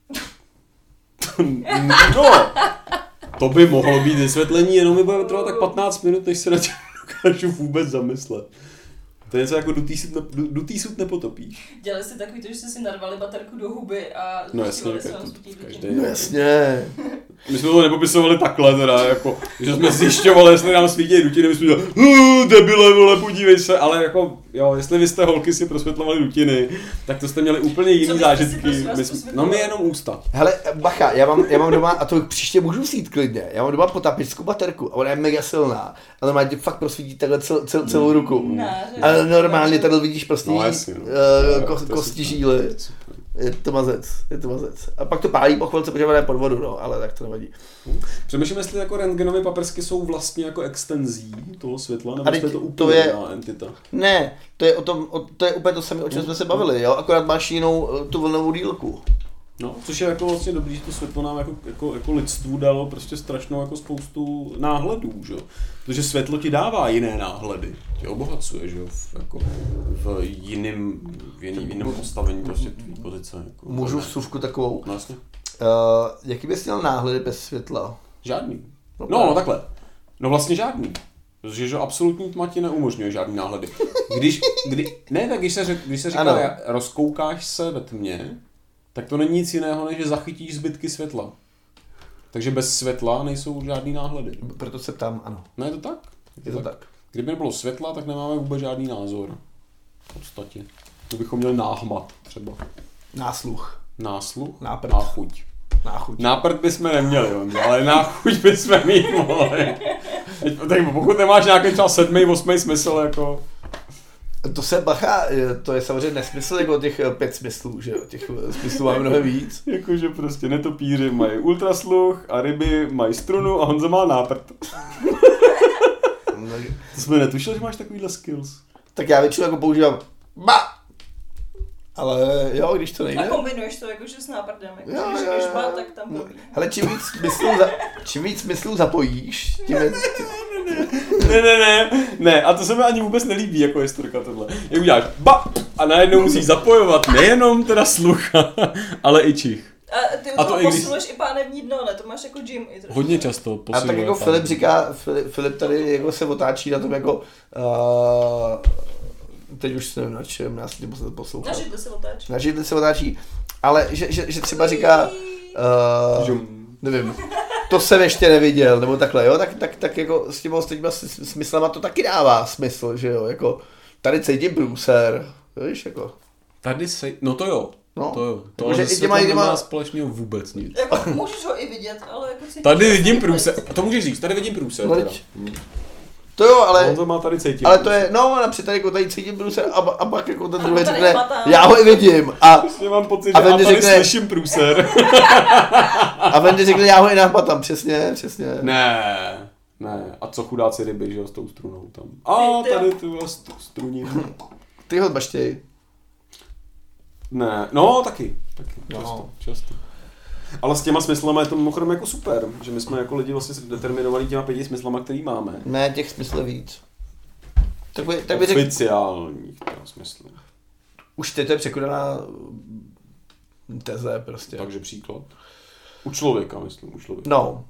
No, to by mohlo být vysvětlení, jenom mi bude trvat tak 15 minut, než se na tím dokážu vůbec zamyslet. To je něco jako dutý sud nepotopíš. Dělali jsi takový to, že jste si narvali baterku do huby a No jasně, zjistili, to vám svítí každý. dutiny. No jasně. My jsme to nepopisovali takhle teda, jako, že jsme zjišťovali, jestli nám svítí dutiny, my jsme dělali, debile, vole, podívej se, ale jako, jo, jestli vy jste holky si prosvětlovali dutiny, tak to jste měli úplně Co jiný byste si zážitky. prosím vás No prosvětlovali? my jenom ústa. Hele, bacha, já mám doma, a to příště můžu vzít klidně, já mám doma potapickou baterku a ona je mega silná, ale má tě fakt prosvítí takhle celou ruku. Ale normálně tady vidíš prostě No, jasně, no. kosti žíly. Je to mazec. A pak to pálí po chvilce, protože ona je pod vodu, no, ale tak to nevadí. Přemýšlím, jestli jako rentgenové paprsky jsou vlastně jako extenzí toho světla, nebo A jestli je teď to to úplně je- jiná entita. Ne, to je to je úplně to samé, o čem jsme se bavili, jo, akorát máš jinou tu vlnovou dílku. No, což je jako vlastně dobrý, že to světlo nám jako lidstvu dalo prostě strašnou jako spoustu náhledů, že jo. Protože světlo ti dává jiné náhledy, tě obohacuje, že jo, v jiném postavení prostě tvý pozice. Jako, Můžu vsuvku takovou. No jasně. Jaký bys měl náhledy bez světla? Žádný. No takhle. No vlastně žádný. Protože že absolutní tma ti neumožňuje žádný náhledy. Když se říká, rozkoukáš se ve tmě, tak to není nic jiného, než že zachytíš zbytky světla. Takže bez světla nejsou žádný náhledy. Proto se ptám, ano. No je to tak? Je to tak. Kdyby nebylo světla, tak nemáme vůbec žádný názor. V podstatě. To bychom měli náhmat třeba. Násluch. Násluch? Náprd. Náchuť. Náchuť. Náprd bychom neměli, ale náchuť bychom mít mohli. Tak pokud nemáš nějaký třeba 7., 8. smysl, jako... To se bacha, to je samozřejmě nesmysl jako těch 5 smyslů, že jo, těch smyslů máme mnohem víc. Jakože prostě netopíři mají ultrasluch a ryby mají strunu a Honza má náprd. To jsme netušili, že máš takovýhle skills. Tak já většinou jako používám ba! Ale jo, když to nejde. A kombinuješ to jakože s náprdem, Jo, jako když jo, řekneš jo. ba, tak tam blbý. Hele, čím víc smyslů zapojíš, tím je... Ne, a to se mi ani vůbec nelíbí jako historka tohle. Jak uděláš ba a najednou musíš zapojovat nejenom teda sluch, ale i čich. A ty A to to i když- posiluješ i pánevní dno, ne? To máš jako gym i trošku. Hodně často A posiluje. tak jako pán. Filip říká, Filip tady jako se otáčí na tom jako... teď už nevím na čem, nás tím poslouchal. Na židli se otáčí. Na židli se otáčí, ale že třeba říká... nevím, to jsem ještě neviděl, nebo takhle, jo, tak jako s těma ostatníma smyslama to taky dává smysl, že jo, jako tady cítím průser, víš, jako. Tady se, no to jo. No. To jo. To Protože ale i se těma tam jinýma- nemá společného vůbec nic. Jako můžeš ho i vidět, ale jako cítíš... Tady vidím průser. A to můžeš říct, tady vidím průser. No, teda. teď- To jo, ale... On to má tady cítit. Ale to je, no, například tady jako tady cítím průser a pak jako ten druhý tady řekne, hmatám. já ho i vidím. A Přesně mám pocit, A že já Wendy tady řekne- slyším průser. Wendy řekne, já ho i nahmatám, přesně. Ne. A co chudáci ryby, že jo, s tou strunou tam. A Ty jo. tady tu struní. Ty ho baštěj. Ne, no taky. No. Často. Ale s těma smyslama je to mimochodem jako super, že my jsme jako lidi vlastně determinovaní těma 5 smyslama, který máme. Ne, těch smyslů víc. Tak by řekl, Oficiálních smyslů. už teď to je překonaná teze prostě. Takže příklad. U člověka, myslím, u člověka. No.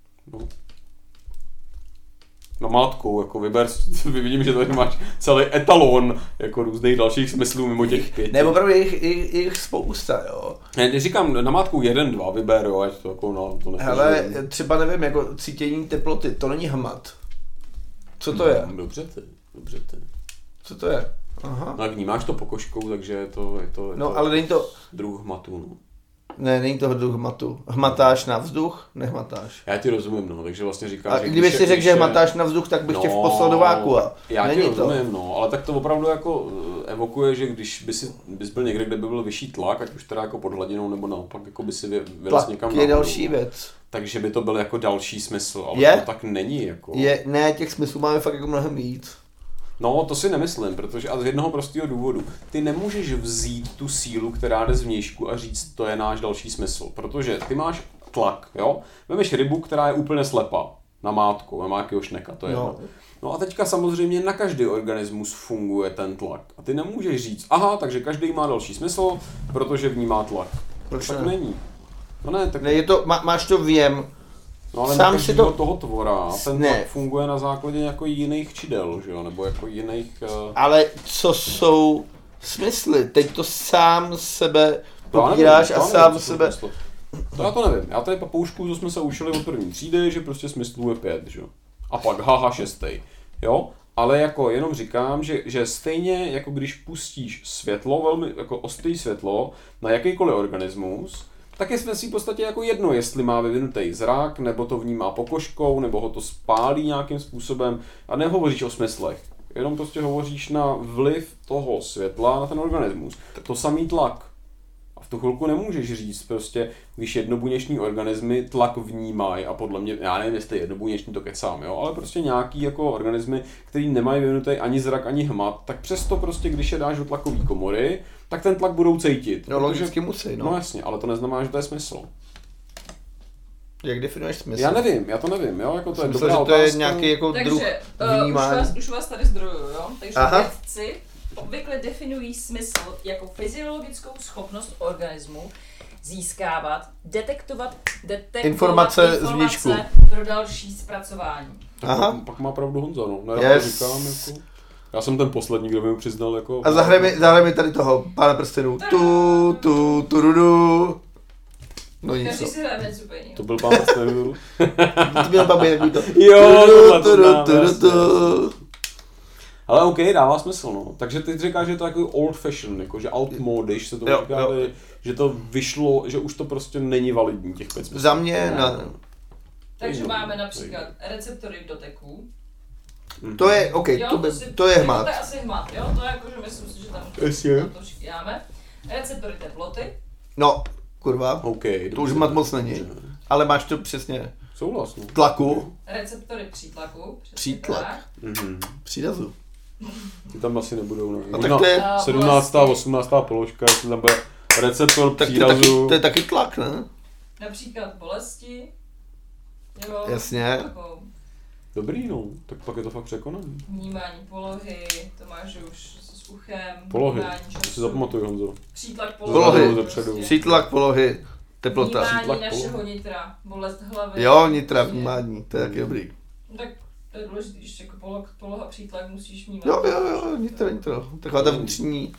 Na mátku, jako vidím, že tady máš celý etalon jako různých dalších smyslů mimo těch 5. Ne, opravdu je jich spousta, jo. Ne, když říkám na mátku 1, 2 vyber, jo, ať to jako no, to nefíš. Hele, třeba nevím, jako cítění teploty, to není hmat. Co to je? Dobře ty. Co to je? Aha. No jak vnímáš to pokožkou, takže je to No, ale není to, druh hmatu, no. ne, není to druh hmatu. Hmatáš na vzduch, nehmatáš. Já ti rozumím, no, takže vlastně říkám, A kdyby si řekl, že hmatáš na vzduch, tak bych tě poslal do vákua. Já Není ti to. rozumím, no, ale tak to opravdu jako evokuje, že když bys byl někde, kde by byl vyšší tlak, ať už teda jako pod hladinou, nebo naopak jako by si vylez někam Tlak je nahoru. další věc. Takže by to byl jako další smysl, ale Je? to tak není jako. Ne, těch smyslů máme fakt jako mnohem víc. No, to si nemyslím, protože a z jednoho prostého důvodu. Ty nemůžeš vzít tu sílu, která jde zvnějšku a říct, to je náš další smysl, protože ty máš tlak, jo? Vemeš rybu, která je úplně slepá na mátku, nemá jakýho šneka, to je jedno. No a teďka samozřejmě na každý organismus funguje ten tlak. A ty nemůžeš říct, aha, takže každý má další smysl, protože vnímá tlak. Proč tak ne? není. No ne, tak Ne, je to, máš to věm. no ale sám na si každého to- toho tvora ten Ne. tlak funguje na základě jako jiných čidel, že jo, nebo jako jiných... Ale co jsou smysly? Teď to sám sebe To já nevím, popíráš to a já nevím, sám co jsou sebe... smysly. To já to nevím. Já tady papoušku, to jsme se učili od první třídy, že prostě smyslů je 5, že jo. A pak haha 6. Jo? Ale jako jenom říkám, že stejně jako když pustíš světlo, velmi jako ostrý světlo na jakýkoliv organismus, tak je v podstatě jako jedno, jestli má vyvinutý zrak, nebo to vnímá pokožkou, nebo ho to spálí nějakým způsobem. A nehovoříš o smyslech. Jenom prostě hovoříš na vliv toho světla na ten organismus. To samý tlak. A v tu chvilku nemůžeš říct prostě, když jednobuněční organismy tlak vnímají a podle mě, já nevím, jestli jednobuněční to kecám, jo, ale prostě nějaký jako organismy, který nemají vyvinutý ani zrak, ani hmat, tak přesto prostě, když je dáš do tlakové komory, tak ten tlak budou cítit. No logicky musí, No no. jasně, ale to neznamená, že to je smysl. Jak definuješ smysl? Já nevím, já to nevím, jo, jako to je Myslím, dobrá že to je otázka. nějaký jako druh Takže vnímání. už vás tady zdrojuju, jo? Takže Aha. vědci obvykle definují smysl jako fyziologickou schopnost organismu získávat, detektovat Informace zvnějšku. pro další zpracování. Aha. Pak má pravdu Honza, no. Ne, já to Yes. říkám, jako... Já jsem ten poslední, kdo by mu přiznal, jako... A zahraj mi tady toho Pána prstenů. Rudu. No nic. Každý si hraje něco úplně jiného. To byl pán Prstenů. Ty měl tam být takový to. Jo, tohle to znám, Tu. jasně. Ale OK, dává smysl, no. Takže ty říkáš, že je to takový old fashion, jako že altmodish se to Jo, říká, jo. že to vyšlo, že už to prostě není validní těch 5 smyslů. Za mě, Takže máme například receptory doteků. to je, OK, to je hmat. To je asi hmat, jo? To je jako, že myslím si, že tam Jasně. to říkáme. Receptory teploty. No, kurva, OK, to už hmat moc není. Ale máš to přesně. Souhlas, no. Tlaku, Receptory přítlaku. přesně Přítlak. tak. přírazu. Ty tam asi nebudou, no. A Možná tak to je, 17. 18. položka, jestli tam bude receptor tak to je, taky, přírazu. to je taky tlak, ne? Například bolesti. Jo, Jasně. Jako Dobrý, no. Tak pak je to fakt překonaný. vnímání polohy, to máš už s uchem. Polohy, vnímání to času, si zapamatuj, Honzo. Přítlak Polohy. polohy. Zepředu. Přítlak polohy, teplota. Vnímání Přítlak našeho polohy. nitra, bolest hlavy. Jo, nitra Prostě. vnímání, to je taky dobrý. No tak to je důležité, když jako poloha přítlak musíš vnímat. Jo, nitro. Taková ta vnitřní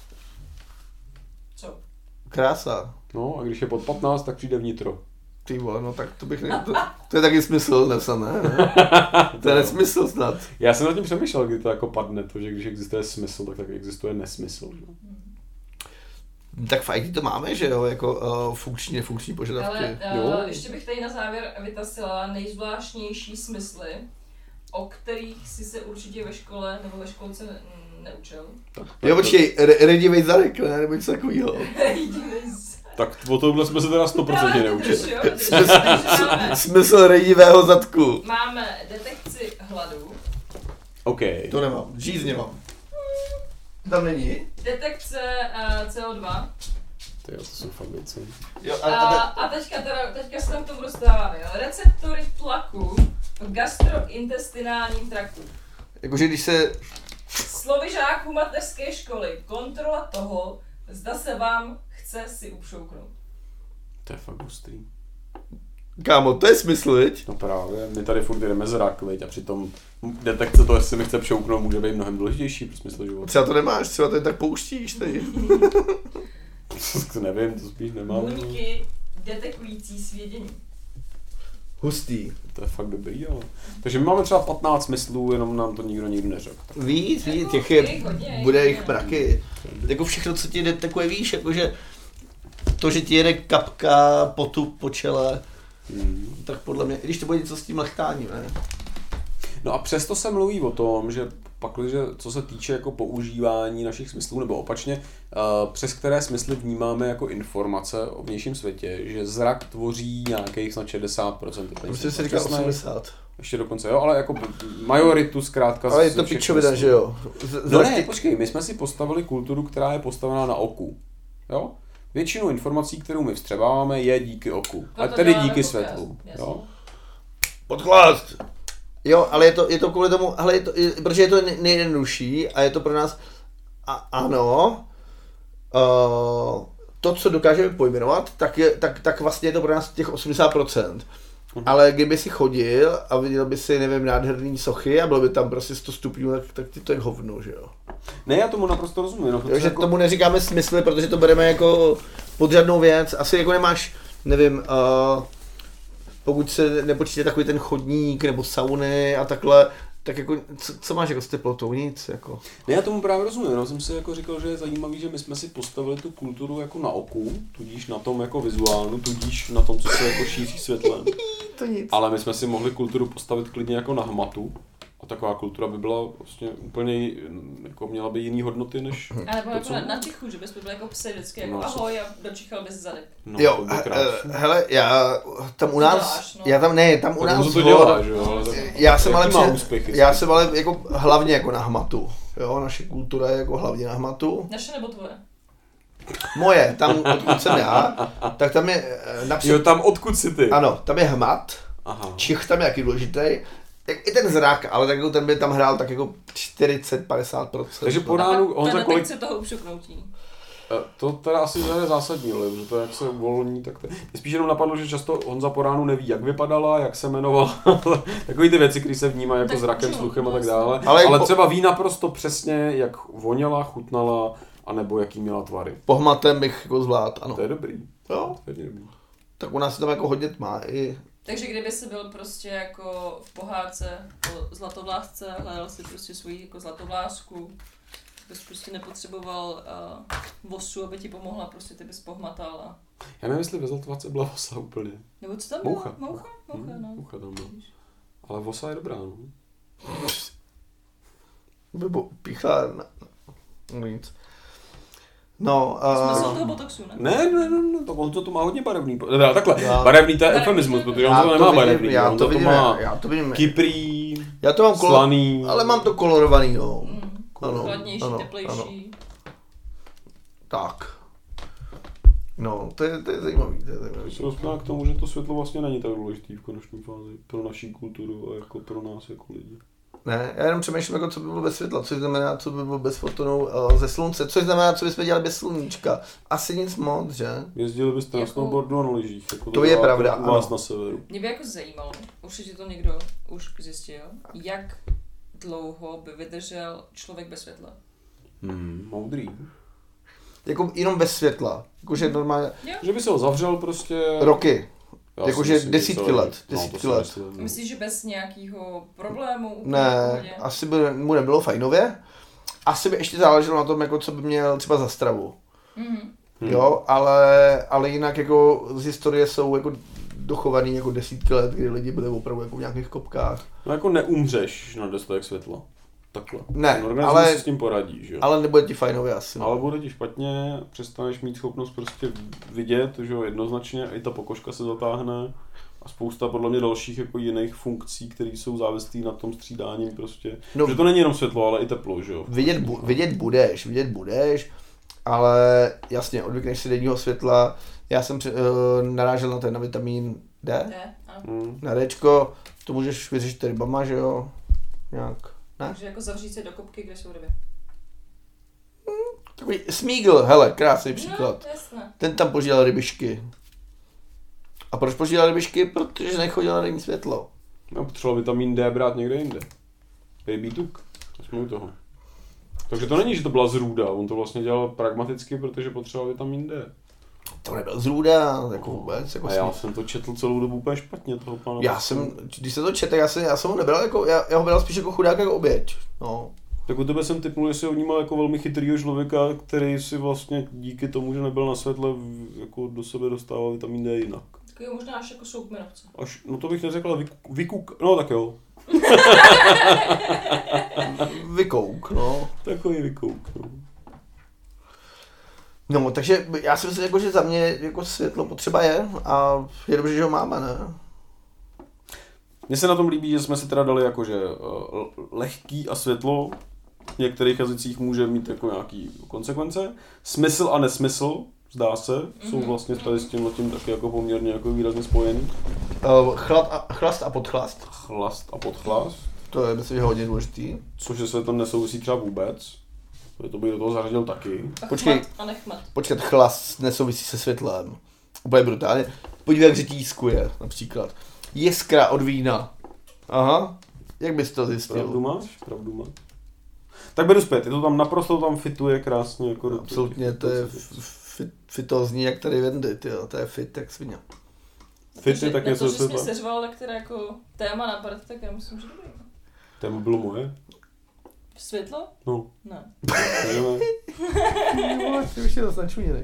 Co? krása. No a když je pod 15, tak přijde vnitro. Ty vole, no tak to bych to je taky smysl nepsané, ne? To je nesmysl snad. Já jsem nad tím přemýšlel, kdy to jako padne, to, že když existuje smysl, tak existuje nesmysl. Že? Tak v IT to máme, že jo, jako funkční požadavky. Ale Jo. ještě bych tady na závěr vytasila nejzvláštnější smysly. o kterých si se určitě ve škole nebo ve školce neučil. Jo, počkej, Radivej Zarek, ne? Nebo něco takovýho. Tak o tohle jsme se teda 100% neučili. Smysl radivého zadku. Máme detekci hladu. OK. To nemám, žízně mám. Tam není? Detekce CO2. Tyjo, to jsou fakt věci. Jo, A teďka se tam k tomu dostáváme, jo. Receptory tlaku v gastrointestinálním traktu. Jakože když se... Slovy žáků mateřské školy. Kontrola toho, zda se vám chce si upšouknout. To je fakt hustý. Kámo, to je smysl, viď? No právě, my tady furt jdeme zrak, viď? A přitom detekce toho, jestli mi chce pšouknout, může být mnohem důležitější pro smysl života. Třeba to nemáš, třeba to jen tak pouštíš, tady. To nevím, to spíš nemám. Buňky detekující svědění. Hustý. To je fakt dobrý, ale... Takže my máme třeba 15 smyslů, jenom nám to nikdo nikdy neřekl. Víc, Jako, těch je, hodně, bude jich mraky. Jako všechno, co ti jde, takové víš, jakože to, že ti jede kapka potu po čele, tak podle mě, i když to bude něco s tím lechtáním, ne? No a přesto se mluví o tom, že pakliže, co se týče jako používání našich smyslů, nebo opačně, přes které smysly vnímáme jako informace o vnějším světě, že zrak tvoří nějakých snad 60%. Myslím si říká 80. Ještě dokonce, jo, ale jako majoritu zkrátka... Ale je to pičovina, že jo? No ne, počkej, my jsme si postavili kulturu, která je postavená na oku, jo? Většinu informací, kterou my vstřebáváme, je díky oku, a tedy díky světlu, jo? Podklad! Jo, ale je to kvůli tomu, ale protože je to nejjednodušší a je to pro nás, ano, to, co dokážeme pojmenovat, tak vlastně je to pro nás těch 80%. Ale kdyby si chodil a viděl by si, nevím, nádherný sochy a bylo by tam prostě 100 stupňů, tak ti to je hovno, že jo? Ne, já tomu naprosto rozumím. No, takže jako... tomu neříkáme smysly, protože to bereme jako podřadnou věc. Asi jako nemáš, nevím, pokud se nepočítá takový ten chodník nebo sauny a takhle, tak jako, co máš jako s teplotou? Nic, jako. Ne, já tomu právě rozumím, no, jsem si jako říkal, že je zajímavý, že my jsme si postavili tu kulturu jako na oku, tudíž na tom jako vizuálnu, tudíž na tom, co se jako šíří světlem. To nic. Ale my jsme si mohli kulturu postavit klidně jako na hmatu. A taková kultura by byla vlastně úplně, jako měla by jiný hodnoty než... Ale bylo jako na čichu, že bys byl jako psy vždycky, jako ahoj a dočichal bys zadek. No, jo, hele, já tam u nás, děláš, no. Já tam ne, tam u tak nás... to děláš, jo, já jsem ale jako hlavně jako na hmatu, jo, naše kultura je jako hlavně na hmatu. Naše nebo tvoje? Moje, tam odkud jsem já, tak tam je například... Jo, tam odkud jsi ty? Ano, tam je hmat, aha. Čich tam je jaký důležitý. I ten zrak, ale tak ten by tam hrál tak jako 40-50%. Takže po ránu Honza kolik... se toho upšuknoutí. To teda asi je zásadní, že to jak se uvolní, tak to... Mě spíš jenom napadlo, že často Honza po ránu neví, jak vypadala, jak se jmenovala, takový ty věci, které se vnímají jako zrakem, sluchem a tak dále. Ale třeba ví naprosto přesně, jak voněla, chutnala, anebo jaký měla tvary. Po hmatem bych jako zvlád, ano. To je dobrý. Jo? To je dobrý. Tak u nás se tam jako hodně tmá i... Takže kdyby jsi byl prostě jako v pohádce o zlatovlásce, hledal si prostě svoji jako zlatovlásku, bys prostě nepotřeboval vosu, aby ti pomohla, prostě ty bys pohmatal a... Já nevím, jestli ve zlatovlásce byla vosa úplně. Nebo co tam Moucha. byla? Moucha, no. Moucha tam byla. Ale vosa je dobrá, no. Nebo píchá no nic. No, smysl toho botoxu, ne? Ne, to on to má hodně barevný. Takhle, barevný to je eufemismus, protože on to nemá barevný. Já to vidím. Kyprý, já to mám slaný. Ale mám to kolorovaný, no. Chladnější, teplejší. Ano. Tak. No, to je zajímavý. Se dostává k tomu, že to světlo vlastně není tak důležitý v konečné fázi pro naší kulturu a jako pro nás jako lidi. Ne, já jenom přemýšlím, jako co by bylo bez světla, což znamená, co by bylo bez fotonu ze slunce, což znamená, co bychom dělali bez sluníčka. Asi nic moc, že? Jezdili byste na snowboardu a na lyžích. Jako to je pravda, u vás na severu. Mě by jako zajímalo, určitě to někdo už zjistil, jak dlouho by vydržel člověk bez světla. Moudrý. Jako jenom bez světla, jakože normálně. Že by se ho zavřel prostě... Roky. Jakože desítky let. Myslíš, že bez nějakého problému? Ne, asi by mu nebylo fajnově. Asi by ještě záleželo na tom, jako co by měl třeba za stravu. Jo, ale jinak jako z historie jsou jako dochovaný jako desítky let, kdy lidi byli opravdu jako v nějakých kopkách. No jako neumřeš na dostatek světla. Takhle. Ne, ale si s tím poradí, že jo? Ale nebude ti fajnově asi. Ale bude ti špatně, přestaneš mít schopnost prostě vidět, že jo, jednoznačně, i ta pokožka se zatáhne a spousta podle mě dalších jako jiných funkcí, které jsou závislí na tom střídáním prostě. No, že to není jenom světlo, ale i teplo, že jo? Vidět budeš, ale jasně, odvykneš si denního světla. Já jsem narážel na ten na vitamin D, na Dčko, to můžeš vyřešit rybama, že jo, nějak. Ne? Takže jako zavřít se do kopky, kde jsou ryby. Takový Smigl, hele, krásný příklad. No, jasné. Ten tam požíral rybišky. A proč požíral rybišky? Protože nechodil na denní světlo. No, potřeboval vitamin D brát někde jinde. Rybí tuk. To jsme u toho. Takže to není, že to byla zrůda, on to vlastně dělal pragmaticky, protože potřeboval vitamin D. To nebyl zrůda, jako vůbec. Jako a já jsem to četl celou dobu úplně špatně, toho pana. Když jsem to četl, já jsem ho nebral jako, já ho bral spíš jako chudák, jako oběť. No. Tak u tebe jsem tipnul, že si ho vnímal jako velmi chytrýho člověka, který si vlastně díky tomu, že nebyl na světle, jako do sebe dostával vitamin D jinak. Takový možná až jako soukmenovce. No to bych neřekl, no tak jo. Vykouk, no. Takový vykouk, no. No, takže já si myslím, jako, že za mě jako světlo potřeba je a je dobře, že ho máme, ne? Mně se na tom líbí, že jsme si teda dali jakože lehký a světlo v některých jazycích může mít jako nějaký konsekvence. Smysl a nesmysl, zdá se, jsou vlastně tady s tím taky jako poměrně jako výrazně spojený. Chlast a podchlast. Chlast a podchlast. To je, myslím, hodně důležitý. Což se to nesouvisí třeba vůbec. To bych do toho zařadil taky. Počkej, a nechmat. Počkat, chlast nesouvisí se světlem. Úplně brutálně. Podívej, jak řetízkuje, například. Jiskra od vína. Aha. Jak bys to zjistil? Pravdu máš. Tak beru zpět, je to tam naprosto tam fituje krásně. Jako absolutně, to je fitozní, jak tady Wendy, tyjo, to je fit jak svině. Fit je taky se světla. Že jsi mě seřval, které jako téma napad, tak já myslím, že dobrý. Téma bylo moje? Světlo? No. Ne. Ty už je zase načuněnej.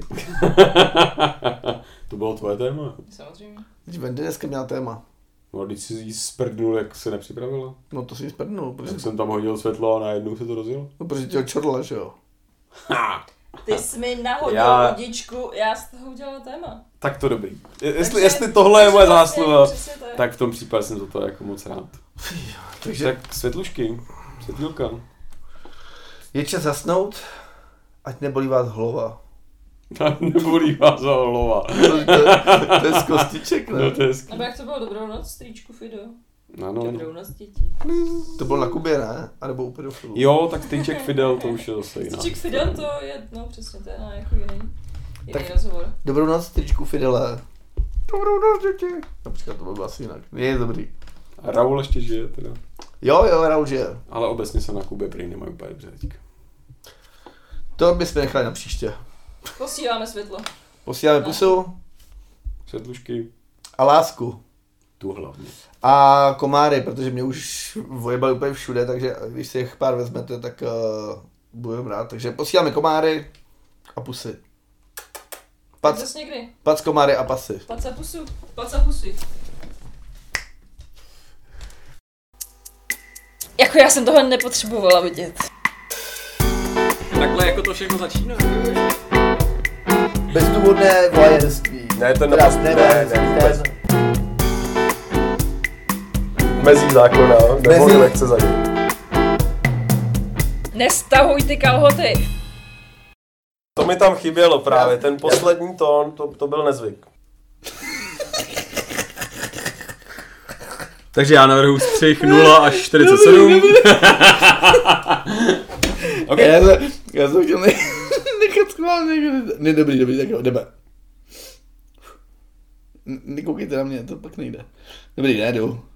To bylo tvoje téma? Samozřejmě. Wendy dneska měla téma. No a když jsi jí sprdnul, jak se nepřipravila? No to si jí sprdnul. Protože... Tak jsem tam hodil světlo a najednou se to rozjelo. No protože tě čorla, že jo? Ty jsi mi nahodil vodičku, já z toho udělala téma. Tak to dobrý. Jestli tohle je moje zásluha, tak v tom případě jsem za to jako moc rád. Takže... Tak světlušky, světlilka. Je čas zasnout, ať nebolí vás hlava. Nebolí vás hlava. To je z kostiček, ne? No, to je nebo jak to bylo, dobrou noc, strýčku Fido. No. Dobrou noc, děti. To bylo na Kubě, ne? A nebo u pedofilu. Jo, tak strýček Fidel, to už je zase jiná. Strýček Fidel, to je, no přesně, to je na jako jiný rozhovor. Dobrou noc, strýčku Fidele. Dobrou noc, děti. Například to by bylo asi jinak. Je dobrý. A Raul ještě žije teda. Jo, Raul žije. Ale obecně se na Kubě prý nemají úplně dobře teďka. To bychom nechali na příště. Posíláme světlo. Posíláme pusu. Světlušky. A lásku. Tu hlavně. A komáry, protože mě už vojebali úplně všude, takže když si jich pár vezmete, tak budeme rád. Takže posíláme komáry a pusy. Pac komáry a pasy. Pac a pusu. Pac a pusy. Jako já jsem tohle nepotřebovala vidět. Takhle jako to všechno začíná. Bezdůvodné voajerství. Ne, to ne. Mezí zákona, nebo nechce za ním. Nestahuj ty kalhoty. To mi tam chybělo právě, ten poslední tón, to byl nezvyk. Takže já navrhu střih 0 až 47. Okay. Já jsem chtěl nechat schválně. Ne, dobrý, tak jo, jdeme. Nekoukejte na mě, to pak nejde. Dobrý, ne, jdu.